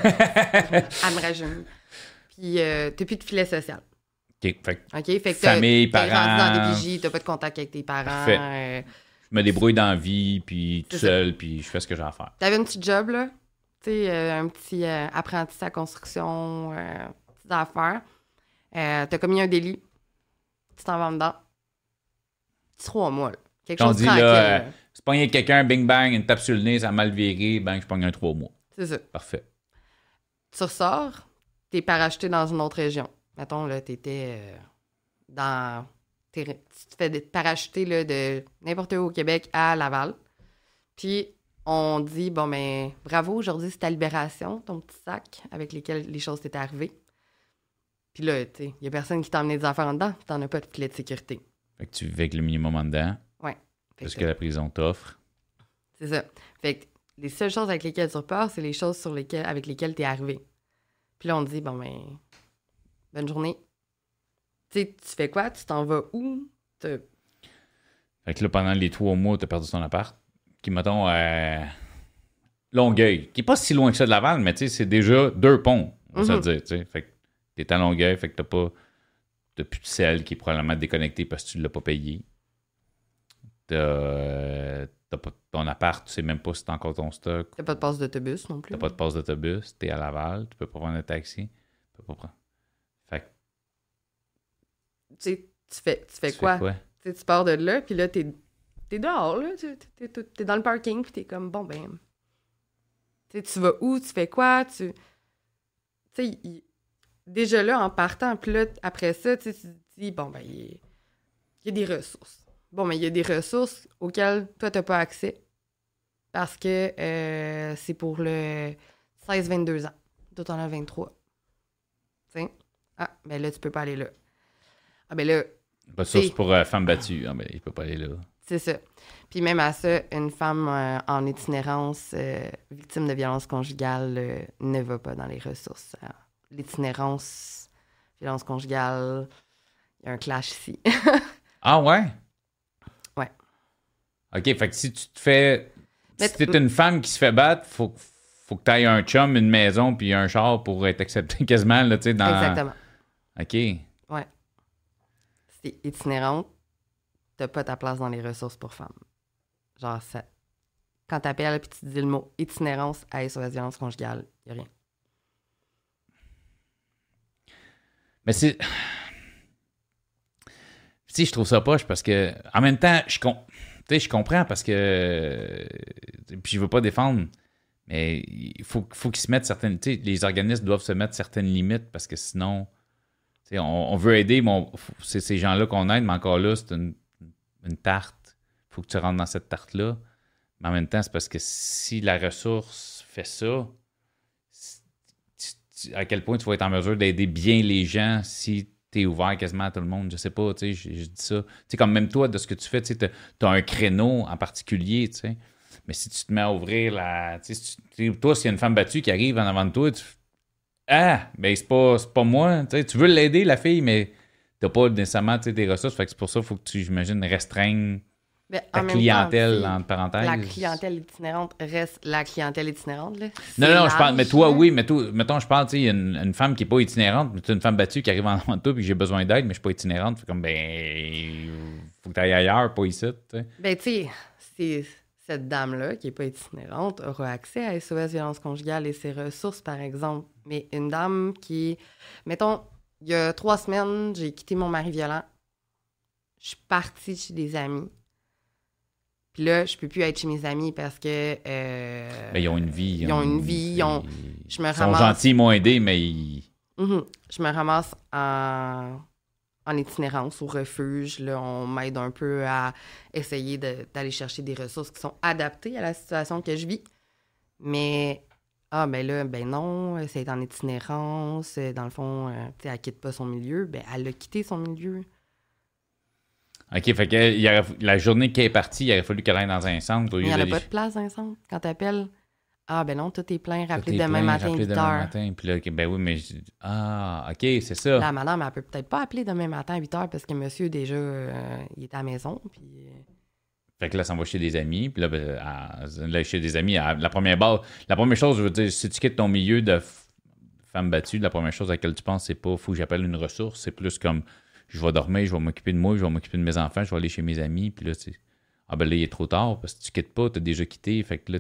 B: à me rajeunir. Puis euh, t'as plus de filet social.
A: OK, fait que
B: OK? Fait que t'as-
A: Famille,
B: t'es rendu dans
A: parents.
B: des vigies, t'as pas de contact avec tes parents.
A: Parfait.
B: euh,
A: je me débrouille dans la vie, puis tout
B: C'est ça.
A: seul, puis je fais ce que j'ai à faire.
B: T'avais un petit job, là. Tu sais, euh, un petit euh, apprenti à construction, euh, petites affaires. Euh, t'as commis un délit. Tu t'en vas dedans. Trois mois, là. Quelque
A: Quand on
B: chose de
A: dit,
B: tranquille.
A: là, euh,
B: là.
A: c'est pogner quelqu'un, bing bang, une tape sur le nez, ça a mal viré, bang, je pogne un trois mois.
B: C'est ça.
A: Parfait.
B: Tu ressors, t'es parachuté dans une autre région. Mettons, là, t'étais euh, dans... t'es- tu te fais dé- parachuter là, de n'importe où au Québec à Laval. Puis, on dit, bon, ben, bravo, aujourd'hui, c'est ta libération, ton petit sac avec lesquels les choses t'étaient arrivées. Puis là, tu sais, il y a personne qui t'a emmené des affaires en dedans, puis t'en as pas de filet de sécurité.
A: Fait que tu vis avec le minimum en dedans,
B: Ouais. Fait
A: parce
B: que-
A: que la prison t'offre.
B: C'est ça. Fait que les seules choses avec lesquelles tu repars, c'est les choses sur lesquelles, avec lesquelles t'es arrivé. Puis là, on te dit, bon, ben, bonne journée. Tu sais, tu fais quoi? Tu t'en vas où? T'as-
A: Fait que là, pendant les trois mois, t'as perdu ton appart, qui, mettons, à Longueuil, qui est pas si loin que ça de Laval, mais tu sais, c'est déjà deux ponts, on va se le
B: Mhm.
A: dire, tu sais. Fait que t'es à Longueuil, fait que t'as pas... T'as plus de sel qui est probablement déconnecté parce que tu l'as pas payé. T'as, euh, t'as pas ton appart, tu sais même pas si t'as encore ton stock.
B: T'as pas de passe d'autobus non plus.
A: T'as pas de passe d'autobus, t'es à Laval, tu peux pas prendre un taxi. Tu peux pas prendre... Fait que
B: Tu sais, tu fais, tu fais
A: tu
B: quoi?
A: fais quoi?
B: Tu sais, tu pars de là, puis là, t'es, t'es dehors, là. Tu- T'es, t'es- t'es dans le parking, puis t'es comme, bon, ben... Tu sais, tu vas où? Tu fais quoi? Tu... Tu sais, il- déjà là, en partant, puis là, après ça, tu sais, tu te dis, bon, ben, il y a- il y a des ressources. Bon, mais il y a des ressources auxquelles toi, t'as pas accès parce que euh, c'est pour le seize vingt-deux ans. Toi, t'en as vingt-trois. Tu sais? Ah, ben là, tu peux pas aller là. Ah, ben là,
A: Ressources
B: C'est-
A: pour euh, femmes battues. Ah, ben, il peut pas aller là.
B: c'est ça. Puis même à ça, une femme euh, en itinérance, euh, victime de violence conjugale, euh, ne va pas dans les ressources. Alors, l'itinérance, violence conjugale, il y a un clash ici.
A: Ah ouais?
B: Ouais.
A: OK, fait que si tu te fais...
B: Mais
A: si
B: tu-
A: t'es une femme qui se fait battre, faut, faut que t'ailles un chum, une maison, puis un char pour être accepté quasiment, là, tu sais, dans...
B: Exactement.
A: OK.
B: Ouais. Si t'es itinérante, t'as pas ta place dans les ressources pour femmes. Genre, ça... quand t'appelles puis tu dis le mot itinérance à sur la violence conjugale, y a rien.
A: Mais c'est... Si, je trouve ça poche parce que, en même temps, je, com... tu sais, je comprends parce que... Puis je veux pas défendre, mais il faut, faut qu'ils se mettent certaines... Tu sais, les organismes doivent se mettre certaines limites parce que sinon... tu sais, On, on veut aider, mais on- c'est ces gens-là qu'on aide, mais encore là, c'est une, une tarte. Il faut que tu rentres dans cette tarte-là. Mais en même temps, c'est parce que si la ressource fait ça, si- tu- tu- à quel point tu vas être en mesure d'aider bien les gens si tu es ouvert quasiment à tout le monde. Je sais pas, tu sais, je, je dis ça. Tu sais, comme même toi, de ce que tu fais, tu sais, as un créneau en particulier, tu sais. Mais si tu te mets à ouvrir la... Tu sais, si tu- toi, s'il y a une femme battue qui arrive en avant de toi, tu... Ah! Ben, c'est pas, c'est pas moi. Tu sais, tu veux l'aider, la fille, mais t'as pas nécessairement tu sais, des ressources. Fait que c'est pour ça qu'il faut que tu, j'imagine, restreignes
B: Ben,
A: ta
B: en même
A: clientèle,
B: temps,
A: entre parenthèses.
B: La clientèle itinérante reste la clientèle itinérante. Là.
A: Non, non, je parle, mais toi,
B: là.
A: oui, mais toi, mettons, je parle, tu sais, il y a une, une femme qui n'est pas itinérante, mais tu as une femme battue qui arrive en avant de toi, puis j'ai besoin d'aide, mais je ne suis pas itinérante. Fait comme, ben, faut que tu ailles ailleurs, pas ici, tu sais.
B: Ben, tu sais, c'est cette dame-là, qui n'est pas itinérante, aura accès à S O S violence conjugale et ses ressources, par exemple. Mais une dame qui, mettons, il y a trois semaines, j'ai quitté mon mari violent. Je suis partie chez des amis. Puis là, je peux plus être chez mes amis parce que... Euh,
A: ben, ils ont une vie.
B: Ils ont une vie, ils ont... Je me
A: Ils
B: ramasse...
A: sont gentils, ils m'ont aidé, mais ils...
B: Mm-hmm. Je me ramasse en, en itinérance au refuge. Là, on m'aide un peu à essayer de, d'aller chercher des ressources qui sont adaptées à la situation que je vis. Mais, ah, ben là, ben non, c'est en itinérance. Dans le fond, euh, tu sais, elle quitte pas son milieu. Ben, elle a quitté son milieu.
A: OK, fait que il aurait, la journée qu'elle est partie, il aurait fallu qu'elle aille dans un centre.
B: Mais il n'y en a pas de place dans un centre. Quand tu appelles, ah, ben non, tout est plein, rappelez demain matin,
A: rappelez
B: huit
A: demain
B: heures.
A: matin. Puis là, ben oui, mais... Je... Ah, OK, c'est ça.
B: La madame, elle peut peut-être pas appeler demain matin à huit heures parce que monsieur, déjà, euh, il est à la maison. Puis...
A: Fait que là, ça va chez des amis. Puis là, ben, à, là chez des amis, à, la première base, la première chose, je veux dire, si tu quittes ton milieu de f- femme battue, la première chose à laquelle tu penses, c'est pas « faut que j'appelle une ressource », c'est plus comme « je vais dormir, je vais m'occuper de moi, je vais m'occuper de mes enfants, je vais aller chez mes amis », puis là, tu sais, ah ben là, il est trop tard, parce que tu quittes pas, tu as déjà quitté, fait que là,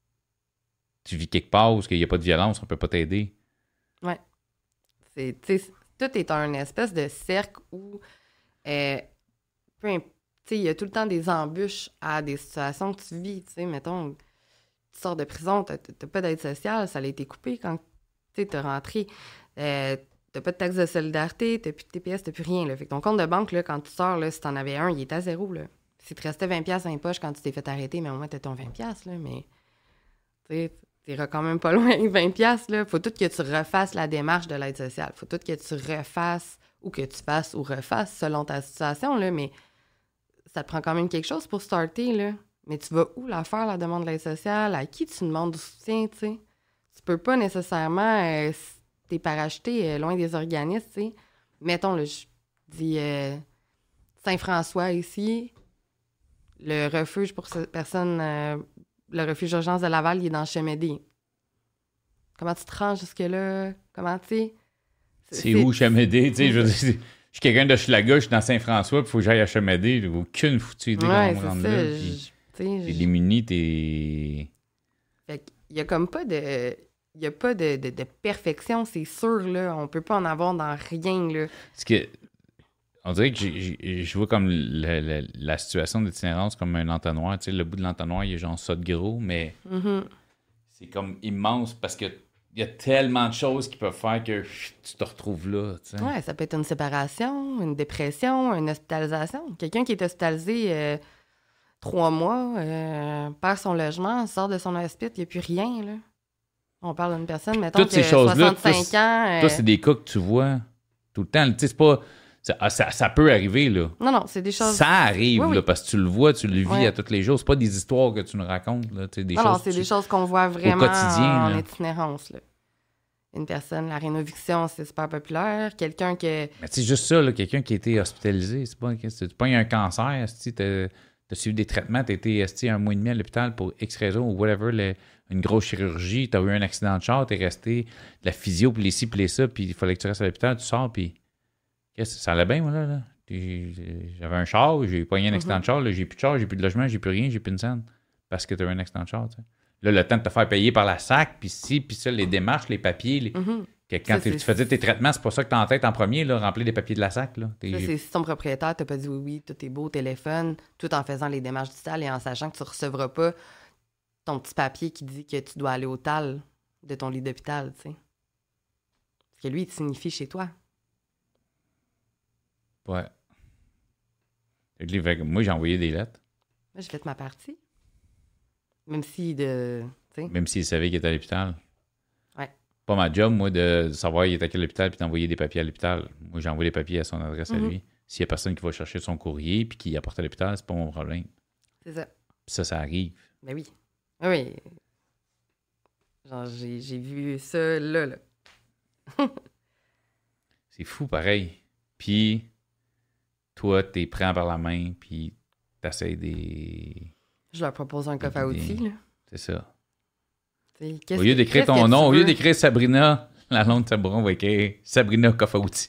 A: tu vis quelque part où il n'y a pas de violence, on peut pas t'aider.
B: Ouais. C'est, tu sais, tout est un espèce de cercle où, euh, peu imp- tu sais, il y a tout le temps des embûches à des situations que tu vis, tu sais, mettons, tu sors de prison, t'as, t'as pas d'aide sociale, ça a été coupé quand, tu sais, t'es rentré, euh, t'as pas de taxe de solidarité, t'as plus de T P S, t'as plus rien, là. Fait que ton compte de banque, là, quand tu sors, là, si t'en avais un, il est à zéro, là. Si te restait vingt piastres dans les poches quand tu t'es fait arrêter, mais au moins t'as ton vingt piastres, là, mais, tu sais, t'iras quand même pas loin avec vingt piastres, là. Faut tout que tu refasses la démarche de l'aide sociale. Faut tout que tu refasses ou que tu fasses ou refasses selon ta situation, là, mais ça te prend quand même quelque chose pour starter, là. Mais tu vas où la faire, la demande de l'aide sociale? À qui tu demandes du soutien, tu sais? Tu peux pas nécessairement euh, t'es parachuté euh, loin des organismes, tu sais. Mettons, là, je dis euh, Saint-François ici, le refuge pour cette personne, euh, le refuge d'urgence de Laval, il est dans Chemédé. Comment tu te rends jusque-là? Comment, tu sais?
A: C'est, c'est où, Chemédé? Tu sais, je veux dire, je suis quelqu'un de Schlaga, je suis dans Saint-François, puis il faut que j'aille à Chemédé. J'ai aucune foutue idée
B: ouais,
A: comment me rendre
B: ça,
A: là.
B: Je,
A: t'es démuni, t'es...
B: Fait qu'il y a comme pas de... Il n'y a pas de, de, de perfection, c'est sûr, là. On peut pas en avoir dans rien, là.
A: Parce que... On dirait que j'ai, j'ai, je vois comme le, le, la situation d'itinérance comme un entonnoir. Tu sais, le bout de l'entonnoir, il y a genre ça de gros, mais
B: Mm-hmm.
A: c'est comme immense parce que il y a tellement de choses qui peuvent faire que tu te retrouves là. Tu sais.
B: Ouais, ça peut être une séparation, une dépression, une hospitalisation. Quelqu'un qui est hospitalisé euh, trois mois, euh, perd son logement, sort de son hospice, il n'y a plus rien, là. On parle d'une personne, mettons,
A: toutes
B: que
A: ces choses-là,
B: soixante-cinq
A: toi,
B: ans... Euh...
A: Toi, c'est des cas que tu vois tout le temps. Tu sais, c'est pas... Ça, ça, ça peut arriver, là.
B: Non, non, c'est des choses...
A: Ça arrive,
B: oui,
A: là,
B: oui.
A: parce que tu le vois, tu le vis
B: ouais.
A: à tous les jours. C'est pas des histoires que tu nous racontes, là. Tu sais, des
B: non,
A: choses
B: non, c'est
A: tu...
B: des choses qu'on voit vraiment
A: au quotidien,
B: en
A: là.
B: itinérance, là. Une personne, la rénoviction, c'est super populaire. Quelqu'un que...
A: Mais tu sais, juste ça, là, quelqu'un qui a été hospitalisé, c'est pas... Tu pognes un cancer, tu t'as, t'as suivi des traitements, t'as été un mois et demi à l'hôpital pour X raison ou whatever, le, une grosse chirurgie, t'as eu un accident de char, t'es resté de la physio, puis les ci, puis les ça, puis il fallait que tu restes à l'hôpital, tu sors, puis... Qu'est-ce, ça allait bien, moi, là, là? J'avais un char, j'ai pogné un accident
B: Mm-hmm.
A: de char, là, j'ai plus de char, j'ai plus de logement, j'ai plus rien, j'ai plus une scène. Parce que tu as eu un accident de char, tu sais. Là, le temps de te faire payer par la S A C, puis ci, puis ça, les démarches, les papiers, les...
B: Mm-hmm.
A: que quand
B: ça,
A: tu faisais tes traitements, c'est pas ça que tu as en tête en premier, là, remplir les papiers de la S A C, là. T'es...
B: Ça, c'est si ton propriétaire t'a pas dit oui, oui, tout est beau au téléphone, tout en faisant les démarches digitales et en sachant que tu recevras pas ton petit papier qui dit que tu dois aller au T A L de ton lit d'hôpital, tu sais. Parce que lui, il te signifie chez toi.
A: Ouais. Moi, j'ai envoyé des lettres.
B: Moi, j'ai fait ma partie. Même si de... T'sais.
A: Même s'il savait qu'il était à l'hôpital.
B: Ouais.
A: Pas ma job, moi, de savoir qu'il était à quel hôpital puis d'envoyer des papiers à l'hôpital. Moi, j'ai envoyé les papiers à son adresse
B: Mm-hmm.
A: à lui. S'il y a personne qui va chercher son courrier puis qui apporte à l'hôpital, c'est pas mon problème.
B: C'est ça.
A: Puis ça, ça arrive.
B: Ben oui. Oui. Genre, j'ai, j'ai vu ça là, là. C'est
A: fou, pareil. Puis, toi, t'es prêt par la main, puis t'essayes des...
B: Je leur propose un coffre à outils, là.
A: C'est ça.
B: Au
A: lieu d'écrire ton nom, au lieu d'écrire Sabrina, la longue Sabron va écrire Sabrina coffre à outils.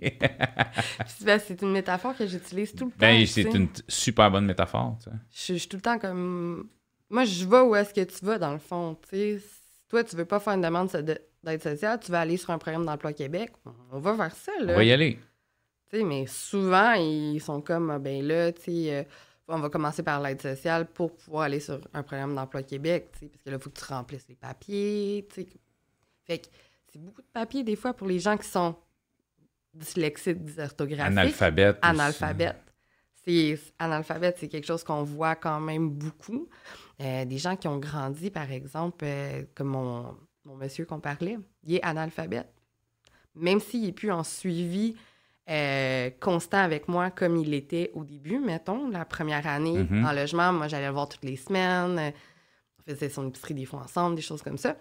B: Ben, c'est une métaphore que j'utilise tout le temps.
A: Ben, c'est une t- super bonne métaphore. Tu sais.
B: Je, je suis tout le temps comme... Moi, je vais où est-ce que tu vas, dans le fond. Tu sais, si toi, tu veux pas faire une demande de, d'aide sociale, tu vas aller sur un programme d'emploi Québec. On va vers ça, là.
A: On va y aller.
B: Tu sais, mais souvent, ils sont comme, ah, ben là, tu sais... Euh, on va commencer par l'aide sociale pour pouvoir aller sur un programme d'emploi Québec, tu sais, parce que là, il faut que tu remplisses les papiers, tu sais. Fait que c'est beaucoup de papiers, des fois, pour les gens qui sont dyslexiques, dysorthographiques.
A: Analphabètes.
B: Analphabètes. C'est, analphabète, c'est quelque chose qu'on voit quand même beaucoup. Euh, des gens qui ont grandi, par exemple, euh, comme mon, mon monsieur qu'on parlait, il est analphabète. Même s'il n'est plus en suivi Euh, constant avec moi comme il était au début, mettons, la première année
A: mm-hmm.
B: en logement. Moi, j'allais le voir toutes les semaines. Euh, on faisait son épicerie des fois ensemble, des choses comme ça.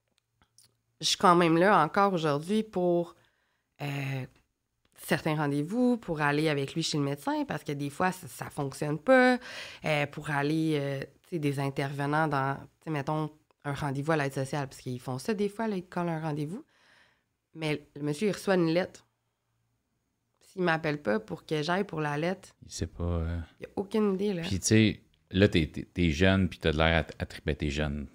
B: Je suis quand même là encore aujourd'hui pour euh, certains rendez-vous, pour aller avec lui chez le médecin, parce que des fois, ça ne fonctionne pas. Euh, pour aller, euh, tu sais, des intervenants dans, tu sais, mettons, un rendez-vous à l'aide sociale, parce qu'ils font ça des fois, là, ils collent un rendez-vous. Mais le monsieur, il reçoit une lettre. S'il ne m'appelle pas pour que j'aille pour la lettre,
A: il sait pas. Euh...
B: Il n'y a aucune idée, là.
A: Puis, tu sais, là, t'es, t'es, t'es jeune, puis t'as de l'air à, à triper, t'es jeune.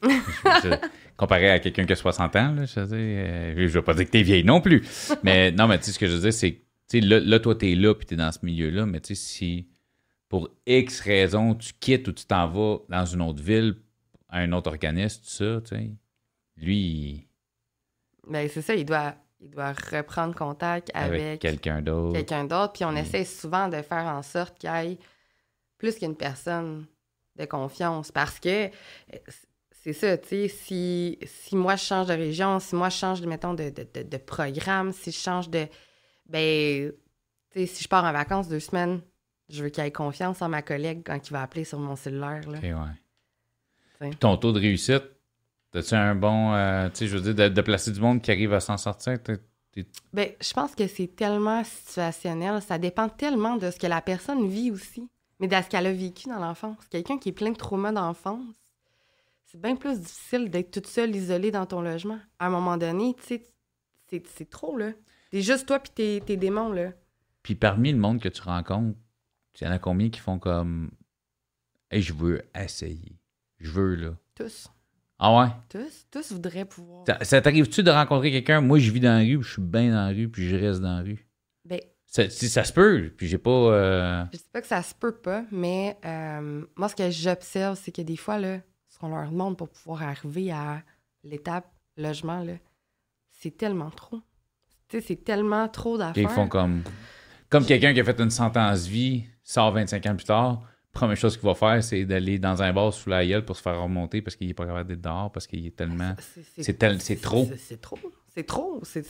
A: Comparé à quelqu'un qui a soixante ans, là, je veux dire, euh, je veux pas dire que t'es vieille non plus. Mais non, mais tu sais, ce que je veux dire, c'est que, tu sais, là, là, toi, t'es là, puis t'es dans ce milieu-là, mais tu sais, si pour X raison, tu quittes ou tu t'en vas dans une autre ville, à un autre organisme, tout ça, tu sais, lui, il...
B: Ben, c'est ça, il doit... Il doit reprendre contact avec,
A: avec quelqu'un d'autre.
B: Quelqu'un d'autre. Puis on
A: mmh.
B: essaie souvent de faire en sorte qu'il y ait plus qu'une personne de confiance. Parce que c'est ça, tu sais, si, si moi je change de région, si moi je change, mettons, de, de, de, de programme, si je change de... Ben, tu sais, si je pars en vacances deux semaines, je veux qu'il ait confiance en ma collègue quand il va appeler sur mon cellulaire. Là.
A: OK, ouais. Puis ton taux de réussite, as-tu un bon, euh, tu sais, je veux dire, de, de placer du monde qui arrive à s'en sortir? T'es, t'es...
B: Bien, je pense que c'est tellement situationnel. Ça dépend tellement de ce que la personne vit aussi, mais de ce qu'elle a vécu dans l'enfance. Quelqu'un qui est plein de traumas d'enfance, c'est bien plus difficile d'être toute seule, isolée dans ton logement. À un moment donné, tu sais, c'est, c'est trop, là. C'est juste toi puis tes, tes démons, là.
A: Puis parmi le monde que tu rencontres, il y en a combien qui font comme « Hey, je veux essayer. Je veux, là. »
B: Tous.
A: Ah ouais?
B: Tous, tous voudraient pouvoir.
A: Ça, ça t'arrive-tu de rencontrer quelqu'un? Moi, je vis dans la rue, puis je suis bien dans la rue, puis je reste dans la rue.
B: Ben,
A: ça, si ça se peut, puis j'ai pas... Euh...
B: Je sais pas que ça se peut pas, mais euh, moi, ce que j'observe, c'est que des fois, là, ce qu'on leur demande pour pouvoir arriver à l'étape logement, là, c'est tellement trop. Tu sais, c'est tellement trop d'affaires.
A: Ils font comme... Comme quelqu'un qui a fait une sentence vie, sort vingt-cinq ans plus tard... Première chose qu'il va faire, c'est d'aller dans un bar sous la gueule pour se faire remonter parce qu'il n'est pas capable d'être dehors, parce qu'il est tellement... C'est, c'est, c'est, tel, c'est, c'est trop.
B: C'est, c'est trop. C'est trop. C'est...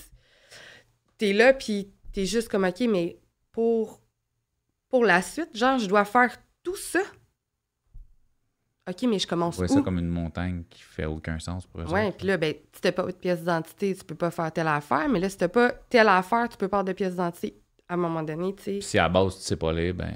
B: T'es là, puis t'es juste comme, OK, mais pour, pour la suite, genre, je dois faire tout ça. OK, mais je commence où?
A: Ouais, ça comme une montagne qui fait aucun sens pour eux.
B: Ouais, puis là, ben, si t'as pas de pièce d'identité, tu peux pas faire telle affaire, mais là, si t'as pas telle affaire, tu peux pas avoir de pièce d'identité. À un moment donné, tu sais...
A: Puis si à la base, tu sais pas lire, ben...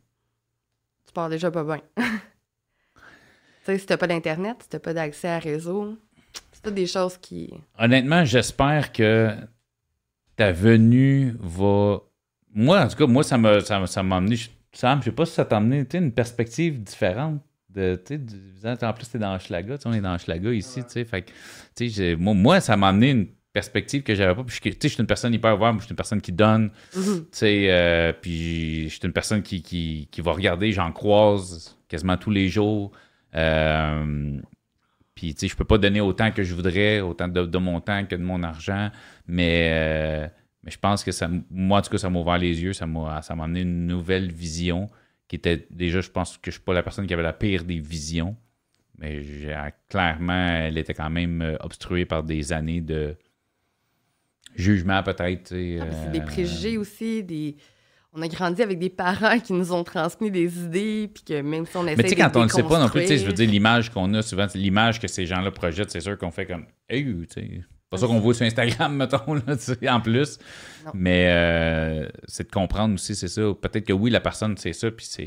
B: tu pars déjà pas bien. Tu sais, si t'as pas d'Internet, si t'as pas d'accès à réseau, c'est toutes des choses qui...
A: Honnêtement, j'espère que ta venue va... Moi, en tout cas, moi, ça m'a, ça m'a, ça m'a amené... Sam, je sais pas si ça t'a amené une perspective différente. De, du... En plus, t'es dans Hochelaga, on est dans Hochelaga ici, tu sais, fait que, tu sais, moi, moi, ça m'a amené une perspective que j'avais pas. Puis, tu sais, je suis une personne hyper ouverte, je suis une personne qui donne, mm-hmm. tu sais, euh, puis je suis une personne qui, qui, qui va regarder, j'en croise quasiment tous les jours. Euh, puis, tu sais, je peux pas donner autant que je voudrais, autant de, de mon temps que de mon argent, mais, euh, mais je pense que ça, moi, en tout cas, ça m'a ouvert les yeux, ça m'a, ça m'a amené une nouvelle vision qui était, déjà, je pense que je suis pas la personne qui avait la pire des visions, mais j'ai, clairement, elle était quand même obstruée par des années de jugement, peut-être.
B: Ah, euh... c'est des préjugés aussi, des... On a grandi avec des parents qui nous ont transmis des idées, puis que même si on essaie de...
A: Mais tu sais, quand on ne sait pas non plus, tu sais, je veux dire, l'image qu'on a souvent, c'est l'image que ces gens-là projettent, c'est sûr qu'on fait comme « Hey, tu sais, c'est pas ça qu'on voit sur Instagram, mettons, là, tu sais, en plus. Non. » Mais euh, c'est de comprendre aussi, c'est ça. Peut-être que oui, la personne, c'est ça, puis c'est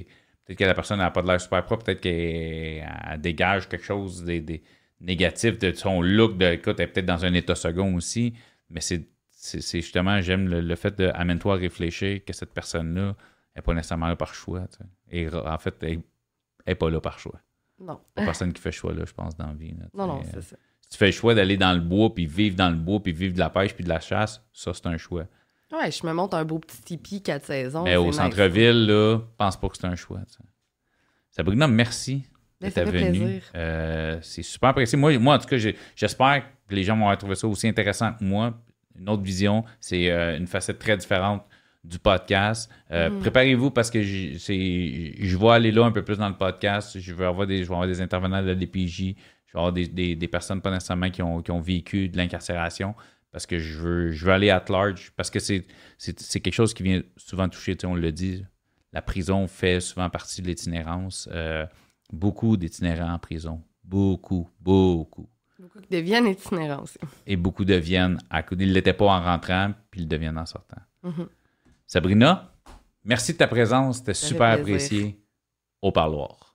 A: Peut-être que la personne n'a pas de l'air super propre, peut-être qu'elle elle dégage quelque chose des, des négatif de son look, de, écoute, elle est peut-être dans un état second aussi, mais c'est, c'est, c'est justement, j'aime le, le fait de amène-toi à réfléchir que cette personne-là n'est pas nécessairement là par choix. Tu sais. Et en fait, elle n'est pas là par choix.
B: Non.
A: Pas personne qui fait choix, là, je pense, dans la vie. Là,
B: non, non,
A: euh,
B: c'est ça.
A: Si tu fais le choix d'aller dans le bois, puis vivre dans le bois, puis vivre de la pêche, puis de la chasse, ça, c'est un choix.
B: Ouais, je me monte un beau petit tipi quatre saisons.
A: Mais au
B: nice.
A: centre-ville, là, pense pas que c'est un choix. Tu sais. Sabrina, merci.
B: Ben,
A: d'être
B: ça fait
A: venue.
B: plaisir.
A: Euh, c'est super apprécié. Moi, moi, en tout cas, j'ai, j'espère que les gens vont trouver ça aussi intéressant que moi. Une autre vision, c'est euh, une facette très différente du podcast. Euh,
B: Mm.
A: Préparez-vous parce que j'ai, c'est, je vais aller là un peu plus dans le podcast. Je vais avoir des, je vais avoir des intervenants de la D P J. Je vais avoir des, des, des personnes pas nécessairement qui ont, qui ont vécu de l'incarcération parce que je veux, je veux aller at large parce que c'est, c'est, c'est quelque chose qui vient souvent toucher, tu sais, on le dit. La prison fait souvent partie de l'itinérance. Euh, Beaucoup d'itinérants en prison. Beaucoup, beaucoup.
B: Beaucoup qui deviennent itinérants aussi.
A: Et beaucoup deviennent à côté. Ils ne l'étaient pas en rentrant, puis ils le deviennent en sortant.
B: Mm-hmm.
A: Sabrina, merci de ta présence. C'était
B: Ça
A: super
B: fait plaisir.
A: apprécié. Au parloir.